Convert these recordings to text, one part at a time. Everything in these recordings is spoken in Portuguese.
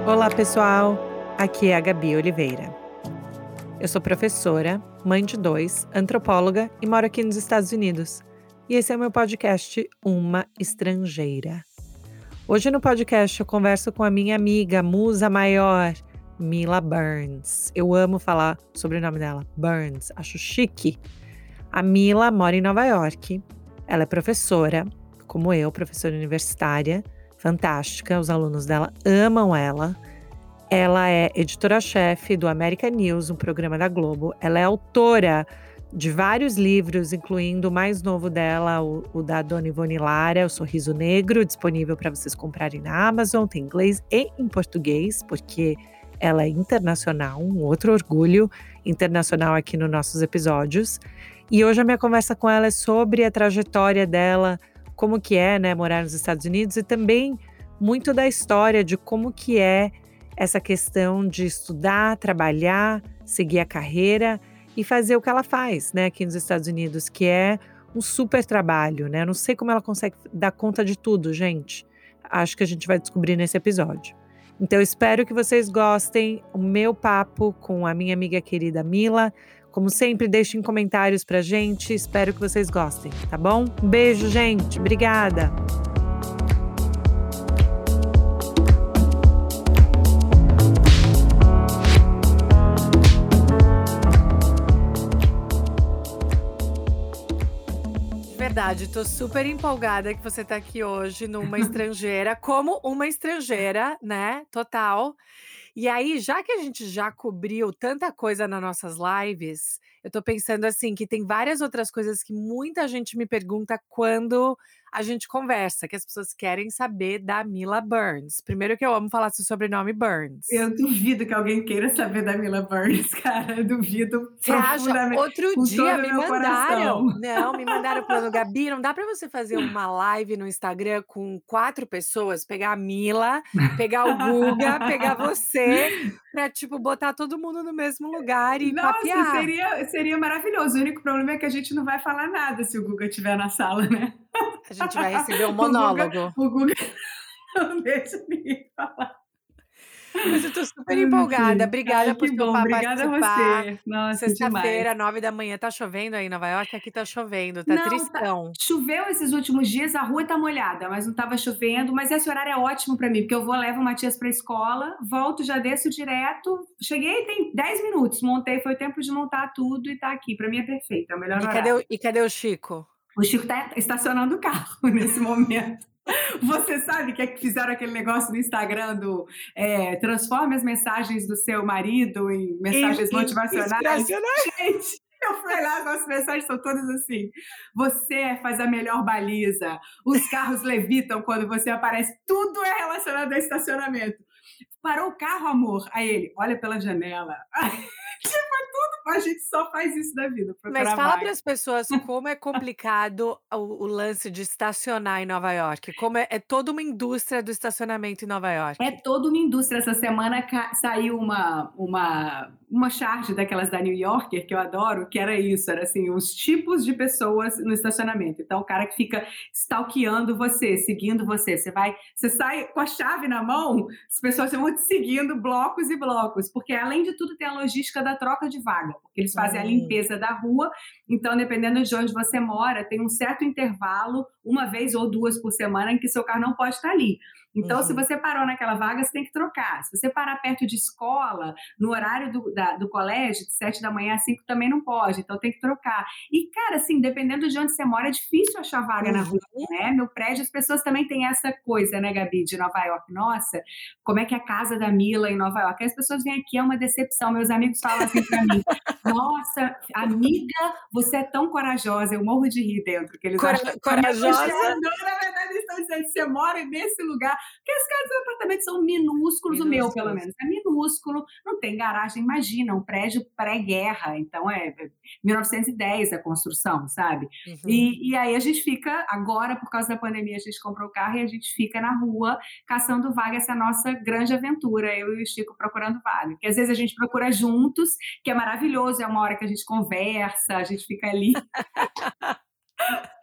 Olá, pessoal! Aqui é a Gabi Oliveira. Eu sou professora, mãe de 2, antropóloga e moro aqui nos Estados Unidos. E esse é o meu podcast Uma Estrangeira. Hoje no podcast eu converso com a minha amiga, musa maior, Mila Burns. Eu amo falar sobre o nome dela, Burns, acho chique. A Mila mora em Nova York. Ela é professora, como eu, professora universitária, fantástica, os alunos dela amam ela. Ela é editora-chefe do American News, um programa da Globo. Ela é autora de vários livros, incluindo o mais novo dela, o da Dona Ivone Lara, O Sorriso Negro, disponível para vocês comprarem na Amazon. Tem em inglês e em português, porque ela é internacional, um outro orgulho internacional aqui nos nossos episódios. E hoje a minha conversa com ela é sobre a trajetória dela, como que é, né, morar nos Estados Unidos, e também muito da história de como que é essa questão de estudar, trabalhar, seguir a carreira e fazer o que ela faz, né, aqui nos Estados Unidos, que é um super trabalho, né? Eu não sei como ela consegue dar conta de tudo, gente. Acho que a gente vai descobrir nesse episódio. Então, eu espero que vocês gostem o meu papo com a minha amiga querida Mila. Como sempre, deixem comentários pra gente. Espero que vocês gostem, tá bom? Um beijo, gente. Obrigada. Verdade, tô super empolgada que você tá aqui hoje numa estrangeira, como uma estrangeira, né? Total. E aí, já que a gente já cobriu tanta coisa nas nossas lives, eu tô pensando assim que tem várias outras coisas que muita gente me pergunta quando a gente conversa, que as pessoas querem saber da Mila Burns. Primeiro que eu amo falar seu sobrenome Burns. Eu duvido que alguém queira saber da Mila Burns, cara. Eu duvido Você acha? profundamente, Outro com dia todo o me meu coração. mandaram. Não, me mandaram falando: "Gabi, não dá pra você fazer uma live no Instagram com 4 pessoas? Pegar a Mila, pegar o Guga, pegar você, pra, tipo, botar todo mundo no mesmo lugar e Nossa, papear". seria maravilhoso. O único problema é que a gente não vai falar nada se o Guga estiver na sala, né? A gente vai receber um O Guga, monólogo. o Guga não deixa ninguém falar. Mas eu tô super Ai, empolgada. mentira. Ai, Obrigada por que bom. topar Obrigada a participar. você. Nossa, demais. Sexta-feira, 9 da manhã. Tá chovendo aí em Nova York? Aqui tá chovendo, tá Não, tristão. choveu esses últimos dias, a rua tá molhada, mas não estava chovendo. Mas esse horário é ótimo pra mim, porque eu vou, levo o Matias pra escola, volto, já desço direto. Cheguei tem 10 minutos, montei, foi tempo de montar tudo e tá aqui. Pra mim é perfeito, é o melhor E cadê o horário. e cadê o Chico? O Chico tá estacionando o carro nesse momento. Você sabe que fizeram aquele negócio no Instagram do transforme as mensagens do seu marido em mensagens motivacionais? Inspiracional. Gente, eu fui lá, as nossas mensagens são todas assim. Você faz a melhor baliza, os carros levitam quando você aparece, tudo é relacionado a estacionamento. Parou o carro, amor? Aí ele, olha pela janela. A gente só faz isso da vida, Mas procurar fala para vaga. as pessoas como é complicado o lance de estacionar em Nova York, como é toda uma indústria do estacionamento em Nova É York. toda uma indústria. Essa semana saiu uma charge daquelas da New Yorker, que eu adoro, que era isso, era assim, os tipos de pessoas no estacionamento. Então, o cara que fica stalkeando você, seguindo você. Você sai com a chave na mão, as pessoas vão te seguindo blocos e blocos, porque além de tudo tem a logística da troca de vaga, porque eles fazem a Hum, limpeza da rua, então dependendo de onde você mora, tem um certo intervalo, uma vez ou duas por semana, em que seu carro não pode estar ali. Então, se uhum. você parou naquela vaga, você tem que trocar. Se você parar perto de escola, no horário do colégio, de 7 da manhã a 5, também não pode, então tem que trocar. E, cara, assim, dependendo de onde você mora, é difícil achar vaga na rua, Uhum. né? Meu prédio, as pessoas também têm essa coisa, né, Gabi, de Nova York. Nossa, como é que é a casa da Mila em Nova York? Aí as pessoas vêm aqui, é uma decepção. Meus amigos falam assim pra mim, nossa, amiga, você é tão corajosa. Eu morro de rir dentro, que eles acham que eu tô me Corajosa. elogiando. Na verdade, eles estão dizendo, você mora nesse lugar. Porque as casas e apartamentos são minúsculos, o meu, pelo Minúsculos. menos, é minúsculo, não tem garagem, imagina, um prédio pré-guerra, então 1910 a construção, sabe? Uhum. E aí a gente fica, agora, por causa da pandemia, a gente comprou o carro e a gente fica na rua caçando vaga, essa é a nossa grande aventura, eu e o Chico procurando vaga. Que às vezes a gente procura juntos, que é maravilhoso, é uma hora que a gente conversa, a gente fica ali.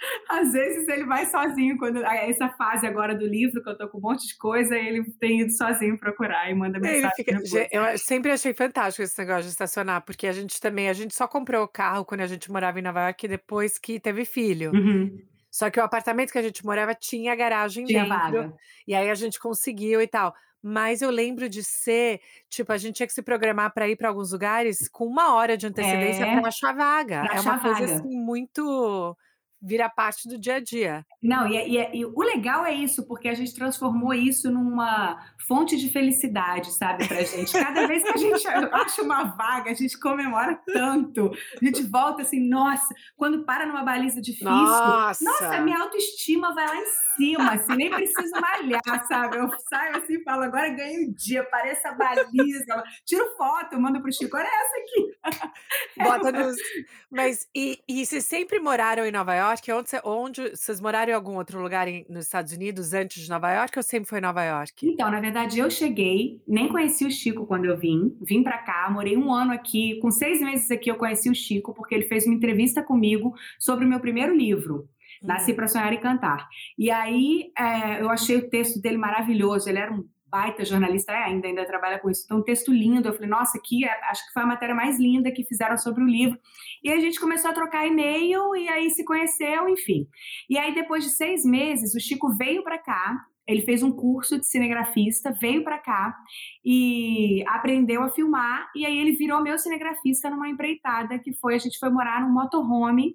Às vezes ele vai sozinho, quando essa fase agora do livro, que eu tô com um monte de coisa, ele tem ido sozinho procurar e manda Ele mensagem fica depois. eu sempre achei fantástico esse negócio de estacionar, porque a gente só comprou o carro quando a gente morava em Nova York depois que teve filho. Uhum. Só que o apartamento que a gente morava tinha garagem Tinha dentro, vaga. e aí a gente conseguiu e tal. Mas eu lembro de ser, tipo, a gente tinha que se programar para ir para alguns lugares com 1 hora de antecedência É, para achar vaga. pra É uma achar coisa, vaga. assim, muito vira parte do dia a dia. Não, e o legal é isso, porque a gente transformou isso numa fonte de felicidade, sabe, pra gente. Cada vez que a gente acha uma vaga, a gente comemora tanto. A gente volta assim, nossa, quando para numa baliza difícil, nossa, Nossa! minha autoestima vai lá em cima, assim, nem preciso malhar, sabe? Eu saio assim e falo, agora ganhei o dia, parece a baliza. Tiro foto, mando pro Chico, olha essa aqui. Bota nos Mas e vocês sempre moraram em Nova York? Onde vocês moraram em algum outro lugar nos Estados Unidos antes de Nova York ou sempre foi Nova York? Então, na verdade, eu cheguei, nem conheci o Chico quando eu vim para cá, morei 1 ano aqui, com 6 meses aqui eu conheci o Chico, porque ele fez uma entrevista comigo sobre o meu primeiro livro, Nasci Uhum. para Sonhar e Cantar. E aí eu achei o texto dele maravilhoso, ele era um baita jornalista, ainda trabalha com isso, então um texto lindo, eu falei, nossa, aqui acho que foi a matéria mais linda que fizeram sobre o livro, e a gente começou a trocar e-mail, e aí se conheceu, enfim. E aí depois de 6 meses, o Chico veio para cá, ele fez um curso de cinegrafista, veio para cá e aprendeu a filmar. E aí ele virou meu cinegrafista numa empreitada que foi, a gente foi morar num motorhome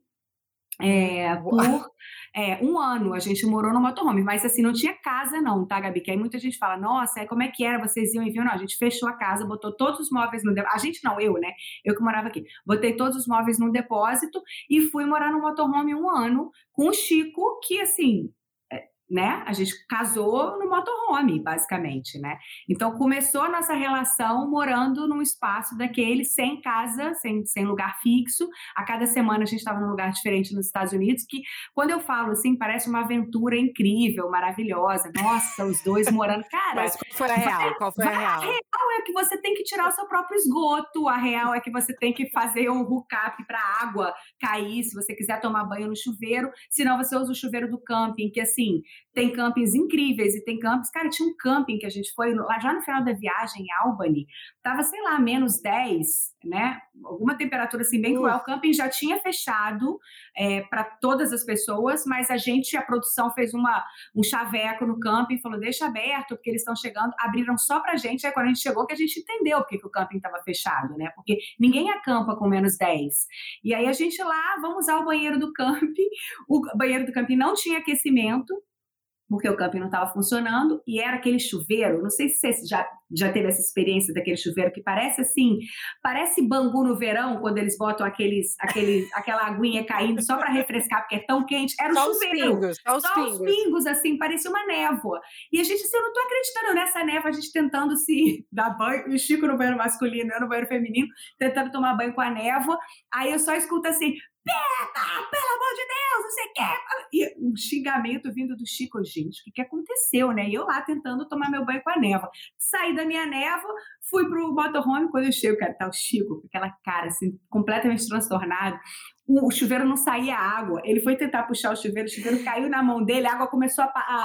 Ua por 1 ano. A gente morou no motorhome, mas assim, não tinha casa não, tá, Gabi? Que aí muita gente fala, nossa, como é que era? Vocês iam e vinham? Não, a gente fechou a casa, botou todos os móveis no depósito. A gente não, eu, né? Eu que morava aqui. Botei todos os móveis no depósito e fui morar no motorhome 1 ano com o Chico, que assim, né? A gente casou no motorhome, basicamente, né? Então começou a nossa relação morando num espaço daquele, sem casa, sem lugar fixo. A cada semana a gente estava num lugar diferente nos Estados Unidos, que quando eu falo assim, parece uma aventura incrível, maravilhosa. Nossa, os dois morando. Cara, Mas qual foi a vai, real? Qual foi a a real? real é que você tem que tirar o seu próprio esgoto, a real é que você tem que fazer um hookup para a água cair, se você quiser tomar banho no chuveiro, senão você usa o chuveiro do camping, que assim, tem campings incríveis e tem campings. Cara, tinha um camping que a gente foi lá já no final da viagem em Albany, tava, sei lá, -10, né? Alguma temperatura assim bem cruel. O camping já tinha fechado para todas as pessoas, mas a produção fez um chaveco no camping e falou: deixa aberto, porque eles estão chegando. Abriram só pra gente. Aí quando a gente chegou, que a gente entendeu porque que o camping estava fechado, né? Porque ninguém acampa com -10. E aí a gente lá, vamos usar o banheiro do camping. O banheiro do camping não tinha aquecimento, porque o camping não estava funcionando, e era aquele chuveiro, não sei se você já teve essa experiência daquele chuveiro que parece assim, parece Bangu no verão, quando eles botam aquela aguinha caindo só para refrescar, porque é tão quente, era o Só os chuveiro, pingos, só os só os pingos. pingos, assim, parecia uma névoa. E a gente, assim, eu não tô acreditando nessa névoa, a gente tentando se dar banho, e o Chico no banheiro masculino, eu no banheiro feminino, tentando tomar banho com a névoa, aí eu só escuto assim, Peta, pelo amor de Deus, não sei o quê. E um xingamento vindo do Chico, gente, o que aconteceu, né? E eu lá tentando tomar meu banho com a névoa. Saí da minha névoa, fui pro motorhome, quando eu chego, cara, tá o Chico com aquela cara, assim, completamente transtornado. O chuveiro não saía água. Ele foi tentar puxar o chuveiro caiu na mão dele, a água começou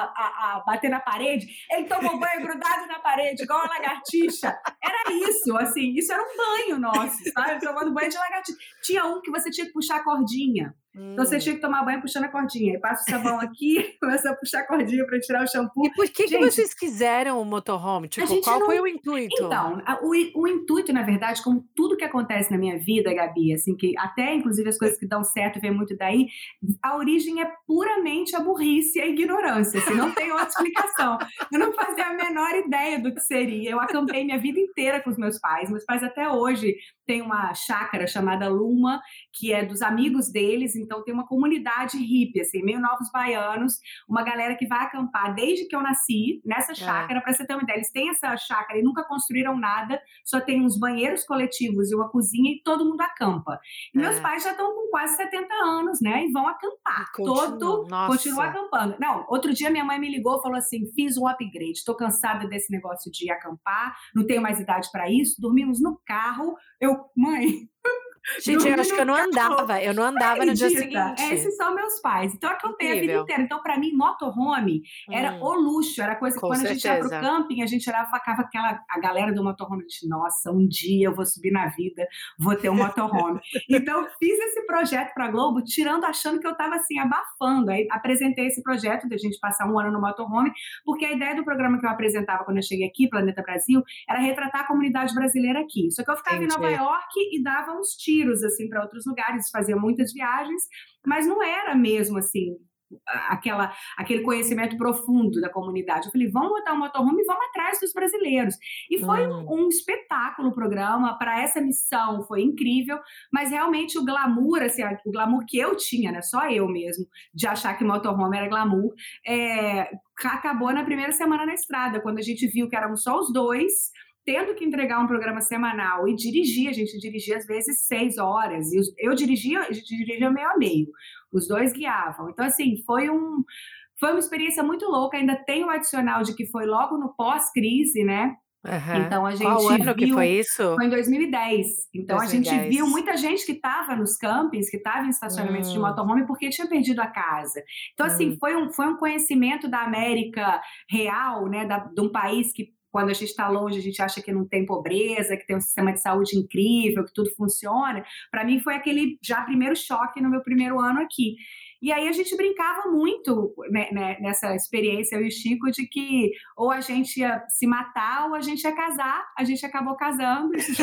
a bater na parede. Ele tomou banho grudado na parede, igual uma lagartixa. Era isso, assim, isso era um banho nosso, sabe? Tomando banho de lagartixa. Tinha um que você tinha que puxar a cordinha. Então você tinha que tomar banho puxando a cordinha. Aí passa o sabão aqui, começa a puxar a cordinha para tirar o shampoo. E por que Gente, vocês quiseram o motorhome? a Tipo, gente qual foi não. o intuito? Então, o intuito, na verdade, como tudo que acontece na minha vida, Gabi, assim, que até inclusive as coisas que dão certo vem muito daí, a origem é puramente a burrice e a ignorância, assim, não tem outra explicação. Eu não fazia a menor ideia do que seria. Eu acampei minha vida inteira com os meus pais. Meus pais até hoje têm uma chácara chamada Luma, que é dos amigos deles, então tem uma comunidade hippie, assim, meio novos baianos, uma galera que vai acampar desde que eu nasci nessa É, chácara. Para você ter uma ideia, eles têm essa chácara e nunca construíram nada, só tem uns banheiros coletivos e uma cozinha e todo mundo acampa. E meus é. pais já estão com quase 70 anos, né? E vão E acampar. continua. Continua Nossa. acampando. Não, outro dia minha mãe me ligou e falou assim: fiz um upgrade, estou cansada desse negócio de acampar, não tenho mais idade para isso. Dormimos no carro. Eu, mãe, Gente, eu dormir acho que no carro. eu não andava no dia Acredita? seguinte. Esses são meus pais. Então, acampei a vida Incrível. inteira. Então, para mim, motorhome era o luxo, era coisa que Com quando a gente ia para o certeza. camping, a gente olhava, ficava a galera do motorhome, a gente, nossa, um dia eu vou subir na vida, vou ter um motorhome. Então, eu fiz esse projeto para a Globo, tirando, achando que eu estava assim, abafando. Aí apresentei esse projeto de a gente passar um ano no motorhome, porque a ideia do programa que eu apresentava quando eu cheguei aqui, Planeta Brasil, era retratar a comunidade brasileira aqui. Só que eu ficava em Nova Entendi. York e dava uns tiros assim para outros lugares, fazia muitas viagens, mas não era mesmo assim aquele conhecimento profundo da comunidade. Eu falei, vamos botar um motorhome e vamos atrás dos brasileiros. E foi Hum. um espetáculo o programa, para essa missão foi incrível, mas realmente o glamour, assim, o glamour que eu tinha, né, só eu mesmo, de achar que motorhome era glamour, acabou na primeira semana na estrada, quando a gente viu que éramos só os dois, tendo que entregar um programa semanal e dirigir, a gente dirigia às vezes 6 horas, e eu dirigia, a gente dirigia meio a meio, os dois guiavam. Então, assim, foi uma experiência muito louca, ainda tem o adicional de que foi logo no pós-crise, né? Aham. Então a Qual gente ano que foi viu, isso? foi em 2010. Então a gente 2010. viu muita gente que estava nos campings, que estava em estacionamentos de Hum, motorhome porque tinha perdido a casa. Então assim, hum. foi um conhecimento da América real, né, de um país que quando a gente está longe, a gente acha que não tem pobreza, que tem um sistema de saúde incrível, que tudo funciona. Para mim foi aquele já primeiro choque no meu primeiro ano aqui. E aí a gente brincava muito, né, nessa experiência, eu e o Chico, de que ou a gente ia se matar ou a gente ia casar. A gente acabou casando, isso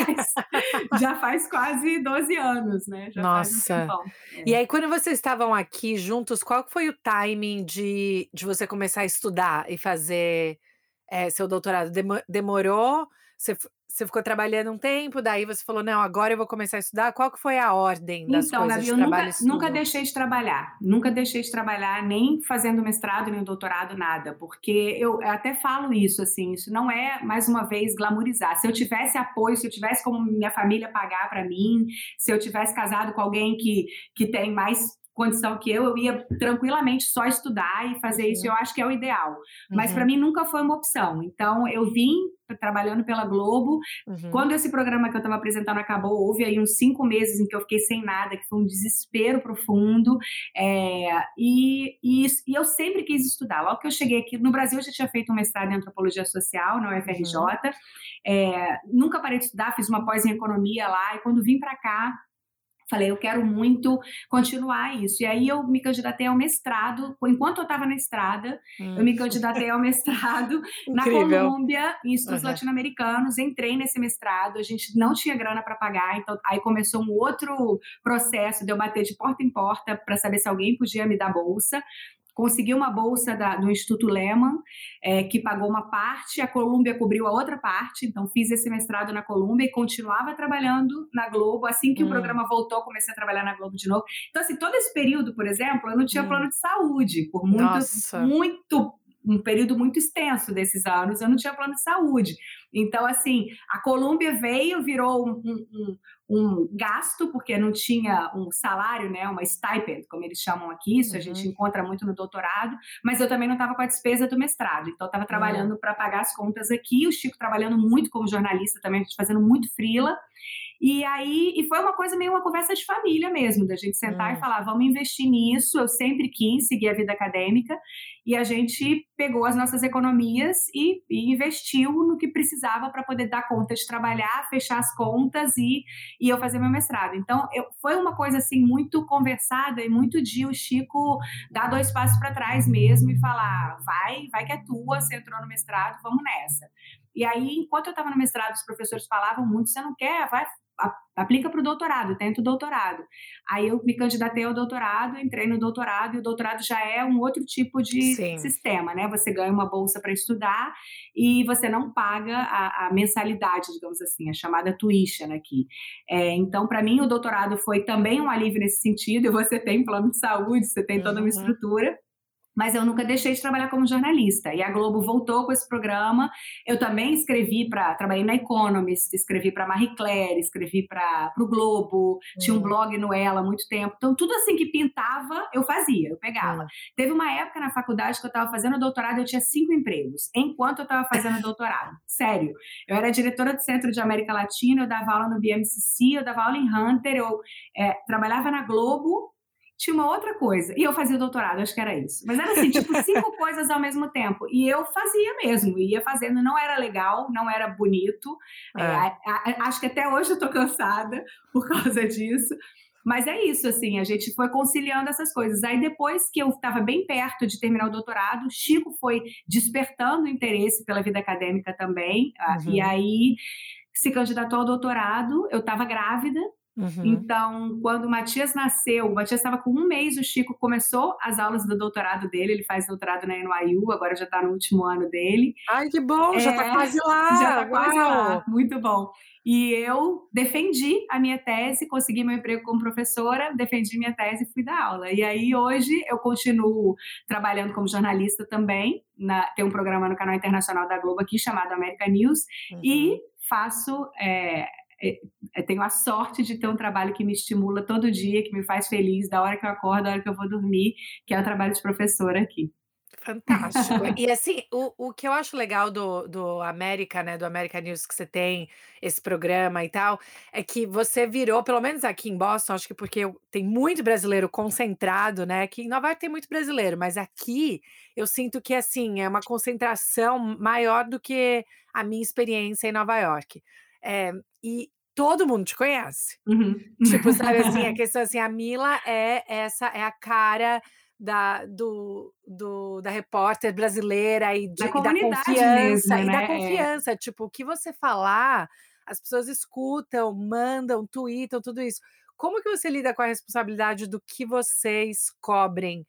já faz quase 12 anos, né? Já faz um Nossa. tempão. E É. aí quando vocês estavam aqui juntos, qual que foi o timing de você começar a estudar e fazer, seu doutorado? Demorou? Você ficou trabalhando um tempo, daí você falou: "Não, agora eu vou começar a estudar". Qual que foi a ordem das Então, coisas Gabi, de eu trabalho e nunca estudo? deixei de trabalhar. Nunca deixei de trabalhar, nem fazendo mestrado, nem doutorado, nada. Porque eu até falo isso, assim, isso não é, mais uma vez, glamourizar. Se eu tivesse apoio, se eu tivesse como minha família pagar para mim, se eu tivesse casado com alguém que tem mais condição que eu ia tranquilamente só estudar e fazer isso, eu Uhum, acho que é o ideal. Mas para uhum, mim nunca foi uma opção. Então eu vim trabalhando pela Globo. uhum. Quando esse programa que eu estava apresentando acabou, houve aí uns 5 meses em que eu fiquei sem nada, que foi um desespero profundo. E eu sempre quis estudar. Logo que eu cheguei aqui, no Brasil eu já tinha feito um mestrado em antropologia social na Uhum. UFRJ. Nunca parei de estudar, fiz uma pós em economia lá, e quando vim para cá, falei, eu quero muito continuar isso. E aí eu me candidatei ao mestrado, enquanto eu estava na estrada, eu Hum. me candidatei ao mestrado na Incrível. Colômbia, em estudos Aham. latino-americanos, entrei nesse mestrado, a gente não tinha grana para pagar, então aí começou um outro processo de eu bater de porta em porta para saber se alguém podia me dar bolsa. Consegui uma bolsa do Instituto Lehman, que pagou uma parte, a Colômbia cobriu a outra parte, então fiz esse mestrado na Colômbia e continuava trabalhando na Globo. Assim que o Hum, programa voltou, comecei a trabalhar na Globo de novo. Então, assim, todo esse período, por exemplo, eu não tinha hum. plano de saúde, por Nossa. um período muito extenso desses anos, eu não tinha plano de saúde. Então, assim, a Colômbia veio, virou um gasto, porque não tinha um salário, né, uma stipend, como eles chamam aqui, isso a gente Uhum. encontra muito no doutorado, mas eu também não estava com a despesa do mestrado, então estava Hum, trabalhando para pagar as contas aqui, o Chico trabalhando muito como jornalista também, a gente fazendo muito freela, e foi uma coisa meio uma conversa de família mesmo, da gente sentar e hum. falar, vamos investir nisso. Eu sempre quis seguir a vida acadêmica e a gente pegou as nossas economias e investiu no que precisava para poder dar conta de trabalhar, fechar as contas e eu fazer meu mestrado. Então, foi uma coisa assim muito conversada e muito de o Chico dar 2 passos para trás mesmo e falar, vai que é tua, você entrou no mestrado, vamos nessa. E aí, enquanto eu estava no mestrado, os professores falavam muito, você não quer, vai, aplica para o doutorado, tenta o doutorado. Aí eu me candidatei ao doutorado, entrei no doutorado, e o doutorado já é um outro tipo de Sim. sistema, né? Você ganha uma bolsa para estudar e você não paga a mensalidade, digamos assim, a chamada tuition aqui. Então, para mim, o doutorado foi também um alívio nesse sentido, e você tem plano de saúde, você tem toda uma Uhum. estrutura, Mas eu nunca deixei de trabalhar como jornalista. E a Globo voltou com esse programa. Eu também trabalhei na Economist, escrevi para Marie Claire, escrevi para o Globo, tinha um blog no Ela há muito tempo. Então, tudo assim que pintava, eu fazia, eu pegava. Teve uma época na faculdade que eu estava fazendo doutorado, eu tinha 5 empregos, enquanto eu estava fazendo doutorado. Sério. Eu era diretora do Centro de América Latina, eu dava aula no BMCC, eu dava aula em Hunter, eu trabalhava na Globo, tinha uma outra coisa, e eu fazia o doutorado, acho que era isso. Mas era assim, tipo, 5 coisas ao mesmo tempo. E eu fazia mesmo, ia fazendo, não era legal, não era bonito. Acho que até hoje eu tô cansada por causa disso. Mas é isso, assim, a gente foi conciliando essas coisas. Aí depois que eu estava bem perto de terminar o doutorado, Chico foi despertando interesse pela vida acadêmica também. E aí se candidatou ao doutorado, eu estava grávida. Então, quando o Matias nasceu, o Matias estava com 1 mês, o Chico começou as aulas do doutorado dele, ele faz doutorado na NYU, agora já está no último ano dele. Ai, que bom, já está quase lá! Já está quase lá, muito bom. E eu defendi a minha tese, consegui meu emprego como professora, defendi minha tese e fui dar aula. E aí, hoje, eu continuo trabalhando como jornalista também, tem um programa no canal internacional da Globo aqui, chamado America News, e faço... tenho a sorte de ter um trabalho que me estimula todo dia, que me faz feliz, da hora que eu acordo, da hora que eu vou dormir, que é o trabalho de professora aqui. Fantástico. E assim, o que eu acho legal do América, né, do America News, que você tem esse programa e tal, é que você virou, pelo menos aqui em Boston, acho que porque tem muito brasileiro concentrado, né, que em Nova York tem muito brasileiro, mas aqui eu sinto que, assim, é uma concentração maior do que a minha experiência em Nova York. E todo mundo te conhece. Tipo, sabe, assim, a questão assim, a Mila é a cara da repórter brasileira e Da da comunidade confiança, mesmo, e da né? confiança, tipo, o que você falar, as pessoas escutam, mandam, tweetam, tudo isso. Como que você lida com a responsabilidade do que vocês cobrem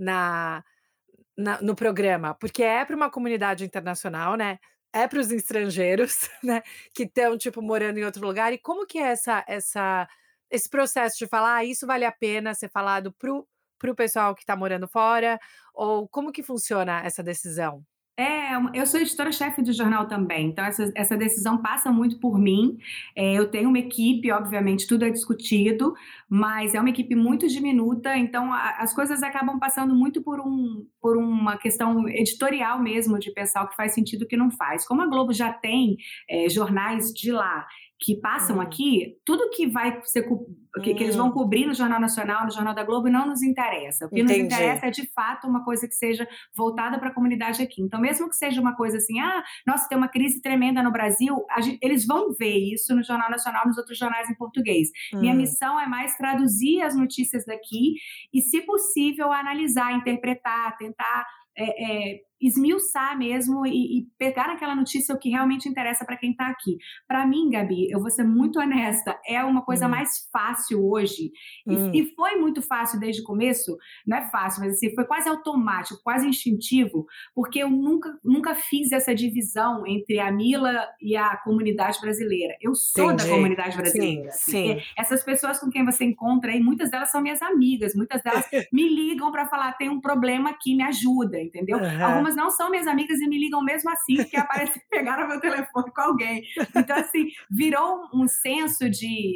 no programa? Porque é para uma comunidade internacional, né? É para os estrangeiros, né? Que estão, tipo, morando em outro lugar. E como que é esse processo de falar, isso vale a pena ser falado pro pessoal que está morando fora? Ou como que funciona essa decisão? Eu sou editora-chefe do jornal também, então essa decisão passa muito por mim. Eu tenho uma equipe, obviamente, tudo é discutido, mas é uma equipe muito diminuta, então as coisas acabam passando muito por uma questão editorial mesmo, de pensar o que faz sentido e o que não faz. Como a Globo já tem jornais de lá que passam aqui, tudo que vai ser que eles vão cobrir no Jornal Nacional, no Jornal da Globo, não nos interessa. O que nos interessa é, de fato, uma coisa que seja voltada para a comunidade aqui. Então, mesmo que seja uma coisa assim, nossa, tem uma crise tremenda no Brasil, eles vão ver isso no Jornal Nacional, nos outros jornais em português. Minha missão é mais traduzir as notícias daqui e, se possível, analisar, interpretar, tentar esmiuçar mesmo e pegar naquela notícia o que realmente interessa para quem está aqui. Para mim, Gabi, eu vou ser muito honesta, é uma coisa mais fácil hoje, e foi muito fácil desde o começo, não é fácil, mas assim, foi quase automático, quase instintivo, porque eu nunca fiz essa divisão entre a Mila e a comunidade brasileira. Eu sou da comunidade brasileira. Sim. Essas pessoas com quem você encontra aí, muitas delas são minhas amigas, muitas delas me ligam para falar, tem um problema aqui, me ajuda, entendeu? Algumas não são minhas amigas e me ligam mesmo assim, porque aparece que pegaram meu telefone com alguém. Então, assim, virou um senso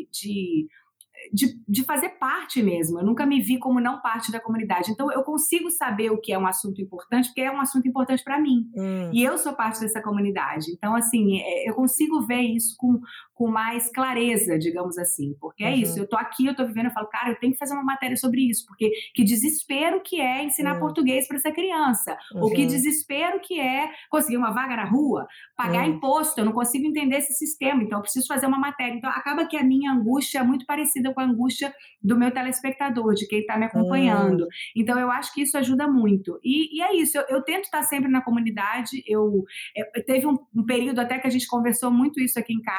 de fazer parte mesmo. Eu nunca me vi como não parte da comunidade. Então, eu consigo saber o que é um assunto importante, porque é um assunto importante para mim. E eu sou parte dessa comunidade. Então, assim, eu consigo ver isso com mais clareza, digamos assim. Porque é isso, eu tô aqui, eu tô vivendo, eu falo, cara, eu tenho que fazer uma matéria sobre isso, porque que desespero que é ensinar português para essa criança. Ou que desespero que é conseguir uma vaga na rua, pagar imposto, eu não consigo entender esse sistema, então eu preciso fazer uma matéria. Então, acaba que a minha angústia é muito parecida com a angústia do meu telespectador, de quem está me acompanhando. Então, eu acho que isso ajuda muito. E é isso, eu tento estar sempre na comunidade. Teve um período até que a gente conversou muito isso aqui em casa, que eu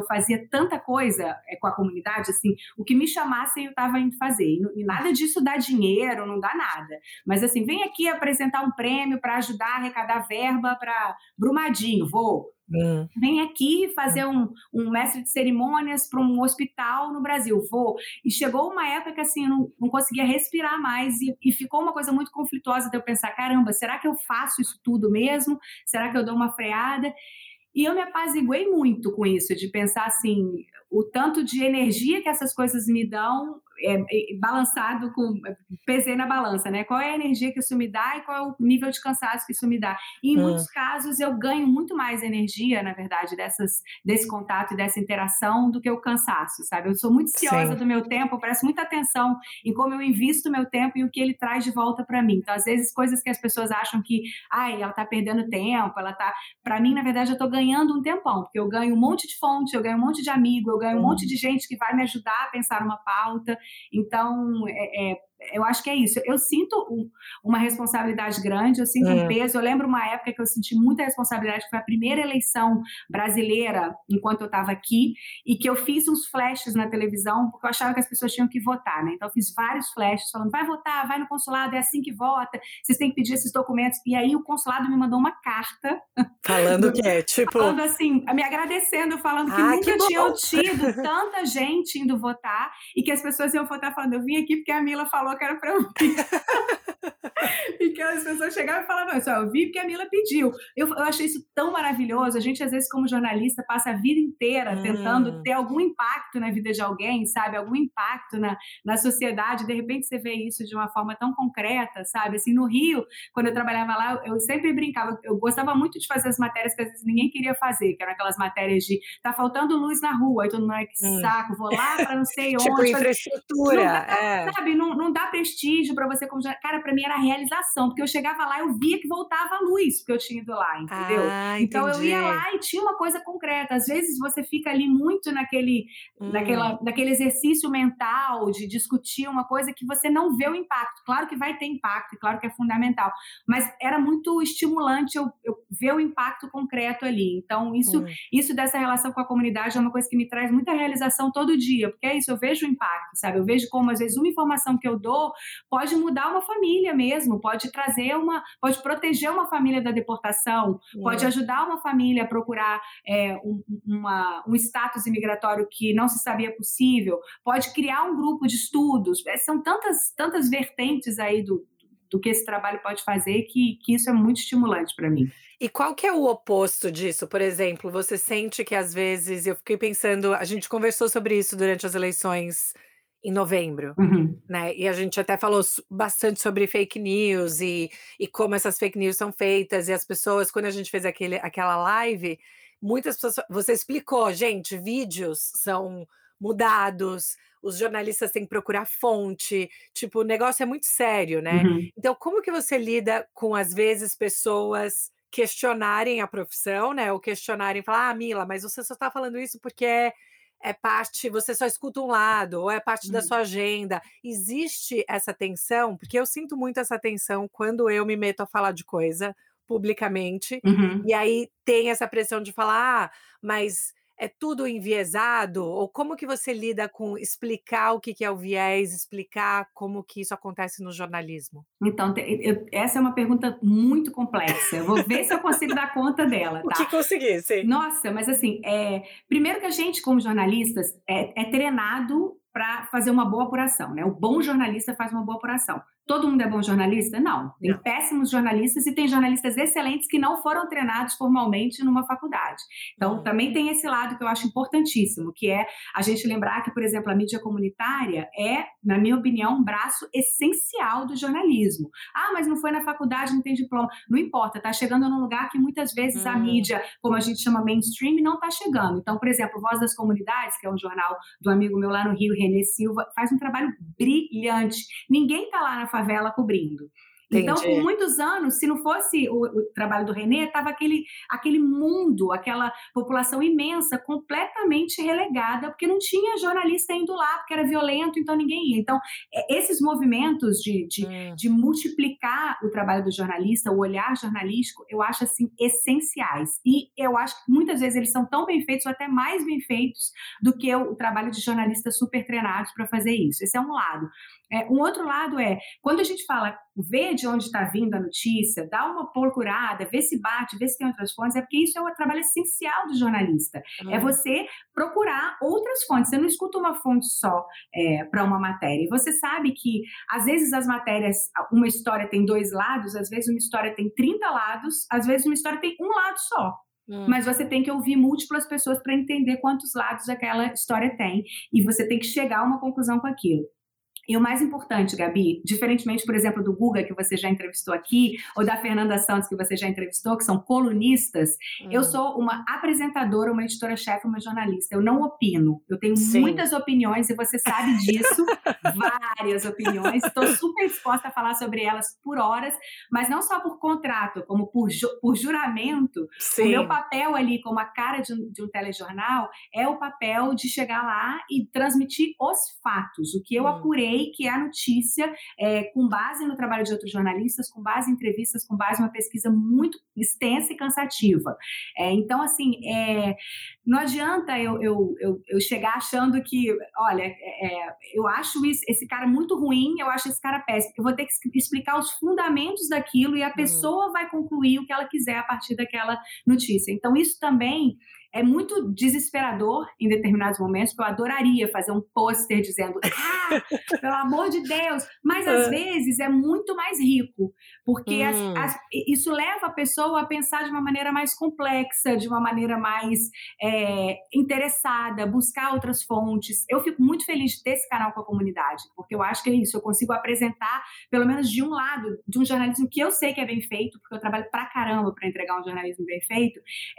eu fazia tanta coisa com a comunidade, assim, o que me chamassem eu estava indo fazer. E nada disso dá dinheiro, não dá nada. Mas assim, vem aqui apresentar um prêmio para ajudar a arrecadar verba para Brumadinho, vou. Vem aqui fazer um mestre de cerimônias para um hospital no Brasil, vou. E chegou uma época que assim, eu não conseguia respirar mais e ficou uma coisa muito conflituosa de eu pensar, caramba, será que eu faço isso tudo mesmo? Será que eu dou uma freada? E eu me apaziguei muito com isso, de pensar assim, o tanto de energia que essas coisas me dão, balançado com, pesei na balança, né? Qual é a energia que isso me dá e qual é o nível de cansaço que isso me dá. E em muitos casos eu ganho muito mais energia, na verdade, desse contato e dessa interação do que o cansaço, sabe? Eu sou muito ciosa do meu tempo, eu presto muita atenção em como eu invisto o meu tempo e o que ele traz de volta para mim. Então, às vezes, coisas que as pessoas acham que, ela tá perdendo tempo, ela tá... Para mim, na verdade, eu tô ganhando um tempão, porque eu ganho um monte de fonte, eu ganho um monte de amigo, eu ganho um monte de gente que vai me ajudar a pensar numa pauta. Então, eu acho que é isso. Eu sinto uma responsabilidade grande, eu sinto um peso. Eu lembro uma época que eu senti muita responsabilidade, que foi a primeira eleição brasileira, enquanto eu estava aqui, e que eu fiz uns flashes na televisão, porque eu achava que as pessoas tinham que votar, né? Então, eu fiz vários flashes falando, vai votar, vai no consulado, é assim que vota, vocês têm que pedir esses documentos. E aí o consulado me mandou uma carta. Falando o quê? Tipo... Falando assim, me agradecendo, falando que nunca tinham tido tanta gente indo votar e que as pessoas iam votar falando, eu vim aqui porque a Mila falou que era para eu vir. E que as pessoas chegavam e falavam, eu vim porque a Mila pediu. Eu achei isso tão maravilhoso. A gente, às vezes, como jornalista, passa a vida inteira tentando ter algum impacto na vida de alguém, sabe? Algum impacto na sociedade. De repente, você vê isso de uma forma tão concreta, sabe? Assim, no Rio, quando eu trabalhava lá, eu sempre brincava. Eu gostava muito de fazer as matérias que, às vezes, ninguém queria fazer, que eram aquelas matérias de tá faltando luz na rua. Aí todo mundo, que saco, vou lá para não sei onde. Tipo, infraestrutura. Sabe? Não dá prestígio para você como jornalista. Cara, para mim era realização, porque eu chegava lá, eu via que voltava a luz, porque eu tinha ido lá, entendeu? Então eu ia lá e tinha uma coisa concreta. Às vezes você fica ali muito naquele exercício mental de discutir uma coisa que você não vê o impacto. Claro que vai ter impacto, claro que é fundamental, mas era muito estimulante eu ver o impacto concreto ali. Então isso dessa relação com a comunidade é uma coisa que me traz muita realização todo dia, porque é isso, eu vejo o impacto, sabe? Eu vejo como às vezes uma informação que eu dou pode mudar uma família mesmo, pode proteger uma família da deportação, pode ajudar uma família a procurar um status imigratório que não se sabia possível, pode criar um grupo de estudos. São tantas vertentes aí do que esse trabalho pode fazer que isso é muito estimulante para mim. E qual que é o oposto disso? Por exemplo, você sente que às vezes, eu fiquei pensando, a gente conversou sobre isso durante as eleições em novembro, né? E a gente até falou bastante sobre fake news e como essas fake news são feitas, e as pessoas, quando a gente fez aquela live, muitas pessoas, você explicou, gente, vídeos são mudados, os jornalistas têm que procurar fonte, tipo, o negócio é muito sério, né? Então, como que você lida com, às vezes, pessoas questionarem a profissão, né? Ou questionarem, falar, Mila, mas você só está falando isso porque é parte, você só escuta um lado, ou é parte da sua agenda. Existe essa tensão? Porque eu sinto muito essa tensão quando eu me meto a falar de coisa publicamente, e aí tem essa pressão de falar, mas é tudo enviesado? Ou como que você lida com explicar o que é o viés, explicar como que isso acontece no jornalismo? Então, essa é uma pergunta muito complexa. Eu vou ver se eu consigo dar conta dela, tá? O que conseguir, sim. Nossa, mas assim, primeiro que a gente, como jornalistas, é treinado para fazer uma boa apuração, né? O bom jornalista faz uma boa apuração. Todo mundo é bom jornalista? Não. Tem péssimos jornalistas e tem jornalistas excelentes que não foram treinados formalmente numa faculdade. Então, também tem esse lado que eu acho importantíssimo, que é a gente lembrar que, por exemplo, a mídia comunitária é, na minha opinião, um braço essencial do jornalismo. Mas não foi na faculdade, não tem diploma. Não importa, está chegando num lugar que muitas vezes a mídia, como a gente chama mainstream, não está chegando. Então, por exemplo, Voz das Comunidades, que é um jornal do amigo meu lá no Rio, Renê Silva, faz um trabalho brilhante. Ninguém está lá na favela cobrindo. Então, por Entendi. muitos anos, se não fosse o trabalho do René, estava aquele mundo, aquela população imensa, completamente relegada, porque não tinha jornalista indo lá, porque era violento, então ninguém ia. Então, esses movimentos Hum, de multiplicar o trabalho do jornalista, o olhar jornalístico, eu acho assim essenciais. E eu acho que muitas vezes eles são tão bem feitos, ou até mais bem feitos, do que o trabalho de jornalistas super treinados para fazer isso. Esse é um lado. Um outro lado quando a gente fala, vê de onde está vindo a notícia, dá uma procurada, vê se bate, vê se tem outras fontes, é porque isso é o trabalho essencial do jornalista. É hum, você procurar outras fontes. Você não escuta uma fonte só para uma matéria. E você sabe que, às vezes, as matérias, uma história tem dois lados, às vezes uma história tem 30 lados, às vezes uma história tem um lado só. hum. Mas você tem que ouvir múltiplas pessoas para entender quantos lados aquela história tem. E você tem que chegar a uma conclusão com aquilo. E o mais importante, Gabi, diferentemente, por exemplo, do Guga, que você já entrevistou aqui, ou da Fernanda Santos, que você já entrevistou, que são colunistas, eu Hum, sou uma apresentadora, uma editora-chefe, uma jornalista. Eu não opino. Eu tenho sim. muitas opiniões e você sabe disso, várias opiniões. Estou super disposta a falar sobre elas por horas, mas não só por contrato, como por juramento. O meu Sim. papel ali, como a cara de um telejornal, é o papel de chegar lá e transmitir os fatos, o que eu Hum, apurei, que é a notícia, com base no trabalho de outros jornalistas, com base em entrevistas, com base em uma pesquisa muito extensa e cansativa. Então, assim, não adianta eu chegar achando que, olha, eu acho esse cara muito ruim, eu acho esse cara péssimo. Eu vou ter que explicar os fundamentos daquilo e a hum, pessoa vai concluir o que ela quiser a partir daquela notícia. Então, isso também é muito desesperador em determinados momentos, porque eu adoraria fazer um pôster dizendo, pelo amor de Deus, mas às hã, vezes é muito mais rico, porque hum, isso leva a pessoa a pensar de uma maneira mais complexa, de uma maneira mais interessada, buscar outras fontes. Eu fico muito feliz de ter esse canal com a comunidade, porque eu acho que é isso, eu consigo apresentar, pelo menos de um lado, de um jornalismo que eu sei que é bem feito, porque eu trabalho pra caramba para entregar um jornalismo bem feito,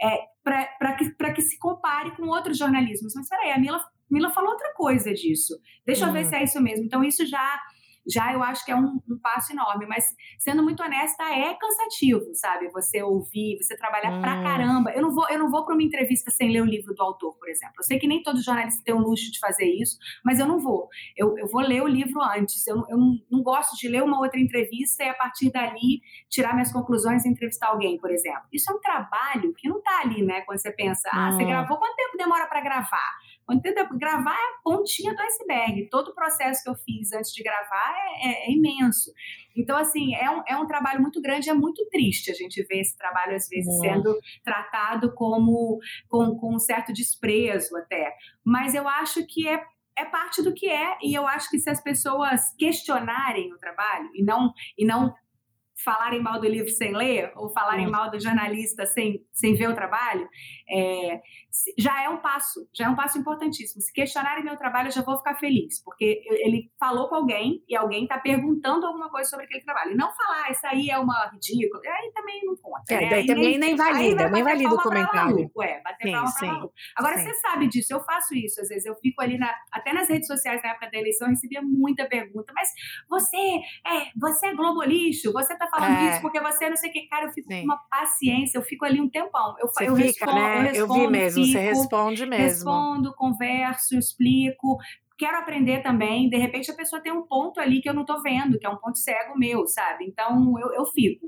para que se compare com outros jornalismos. Mas peraí, a Mila falou outra coisa disso. Deixa eu ver se hum, é isso mesmo. Então, isso já eu acho que é um passo enorme, mas sendo muito honesta, é cansativo, sabe? Você ouvir, você trabalhar pra hum, caramba. Eu não vou para uma entrevista sem ler o livro do autor, por exemplo. Eu sei que nem todo jornalista tem o luxo de fazer isso, mas eu não vou. Eu vou ler o livro antes. Eu não gosto de ler uma outra entrevista e, a partir dali, tirar minhas conclusões e entrevistar alguém, por exemplo. Isso é um trabalho que não está ali, né? Quando você pensa, você hum. gravou, quanto tempo demora para gravar? Quanto tempo? Gravar é a pontinha do iceberg. Todo o processo que eu fiz antes de gravar é imenso. Então, assim, é um trabalho muito grande, é muito triste a gente ver esse trabalho, às vezes, Hum, sendo tratado com um certo desprezo até. Mas eu acho que é parte do que é, e eu acho que se as pessoas questionarem o trabalho e não falarem mal do livro sem ler, ou falarem hum, mal do jornalista sem ver o trabalho, já é um passo importantíssimo. Se questionarem meu trabalho, eu já vou ficar feliz, porque ele falou com alguém e alguém está perguntando alguma coisa sobre aquele trabalho. E não falar, isso aí é uma ridícula, aí também não conta, né? daí também Aí vai nem bater valida o palma para comentário. maluco, bater Sim, palma para sim, maluco. Agora, você sim. sabe disso, eu faço isso, às vezes eu fico ali, até nas redes sociais, na época da eleição, eu recebia muita pergunta, mas você você é globolixo, você tá falando isso É, porque você não sei o que. Cara, eu fico com sim. uma paciência, eu fico ali um tempão. Você fica, Eu né, eu vi respondo, mesmo, você responde mesmo. converso, explico. Quero aprender também. De repente a pessoa tem um ponto ali que eu não tô vendo, que é um ponto cego meu, sabe? Então eu fico.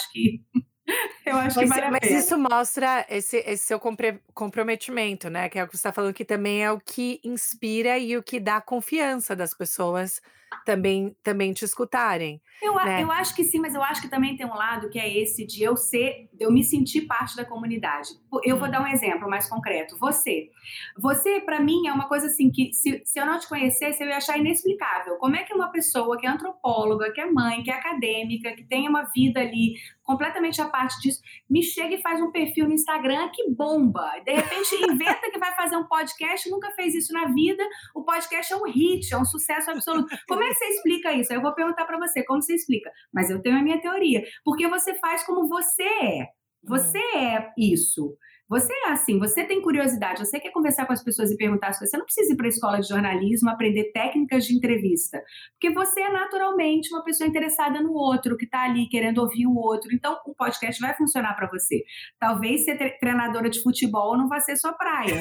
Eu acho que vale a Mas pena. isso mostra esse seu comprometimento, né, que é o que você tá falando, que também é o que inspira e o que dá confiança das pessoas também te escutarem, né. Eu acho que sim, mas eu acho que também tem um lado que é esse de eu me sentir parte da comunidade. Eu vou dar Hum, um exemplo mais concreto. Você para mim é uma coisa assim que se eu não te conhecesse eu ia achar inexplicável. Como é que uma pessoa que é antropóloga, que é mãe, que é acadêmica, que tem uma vida ali completamente à parte disso, me chega e faz um perfil no Instagram que bomba. De repente inventa que vai fazer um podcast, nunca fez isso na vida. O podcast é um hit, é um sucesso absoluto. Como é que você explica isso? Aí eu vou perguntar para você, como você explica? Mas eu tenho a minha teoria. Porque você faz como você é. Você hum, é isso. Você é assim, você tem curiosidade, você quer conversar com as pessoas e perguntar as coisas, você não precisa ir para a escola de jornalismo aprender técnicas de entrevista, porque você é naturalmente uma pessoa interessada no outro, que está ali querendo ouvir o outro, então o podcast vai funcionar para você. Talvez ser treinadora de futebol não vai ser sua praia,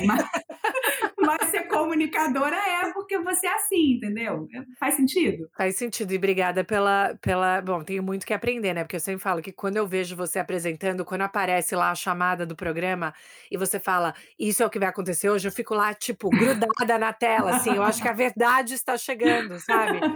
mas ser comunicadora é porque você é assim, entendeu? Faz sentido? Faz sentido e obrigada pela bom, tenho muito que aprender, né, porque eu sempre falo que quando eu vejo você apresentando, quando aparece lá a chamada do programa e você fala: "Isso é o que vai acontecer hoje", eu fico lá, tipo, grudada na tela, assim, eu acho que a verdade está chegando, sabe.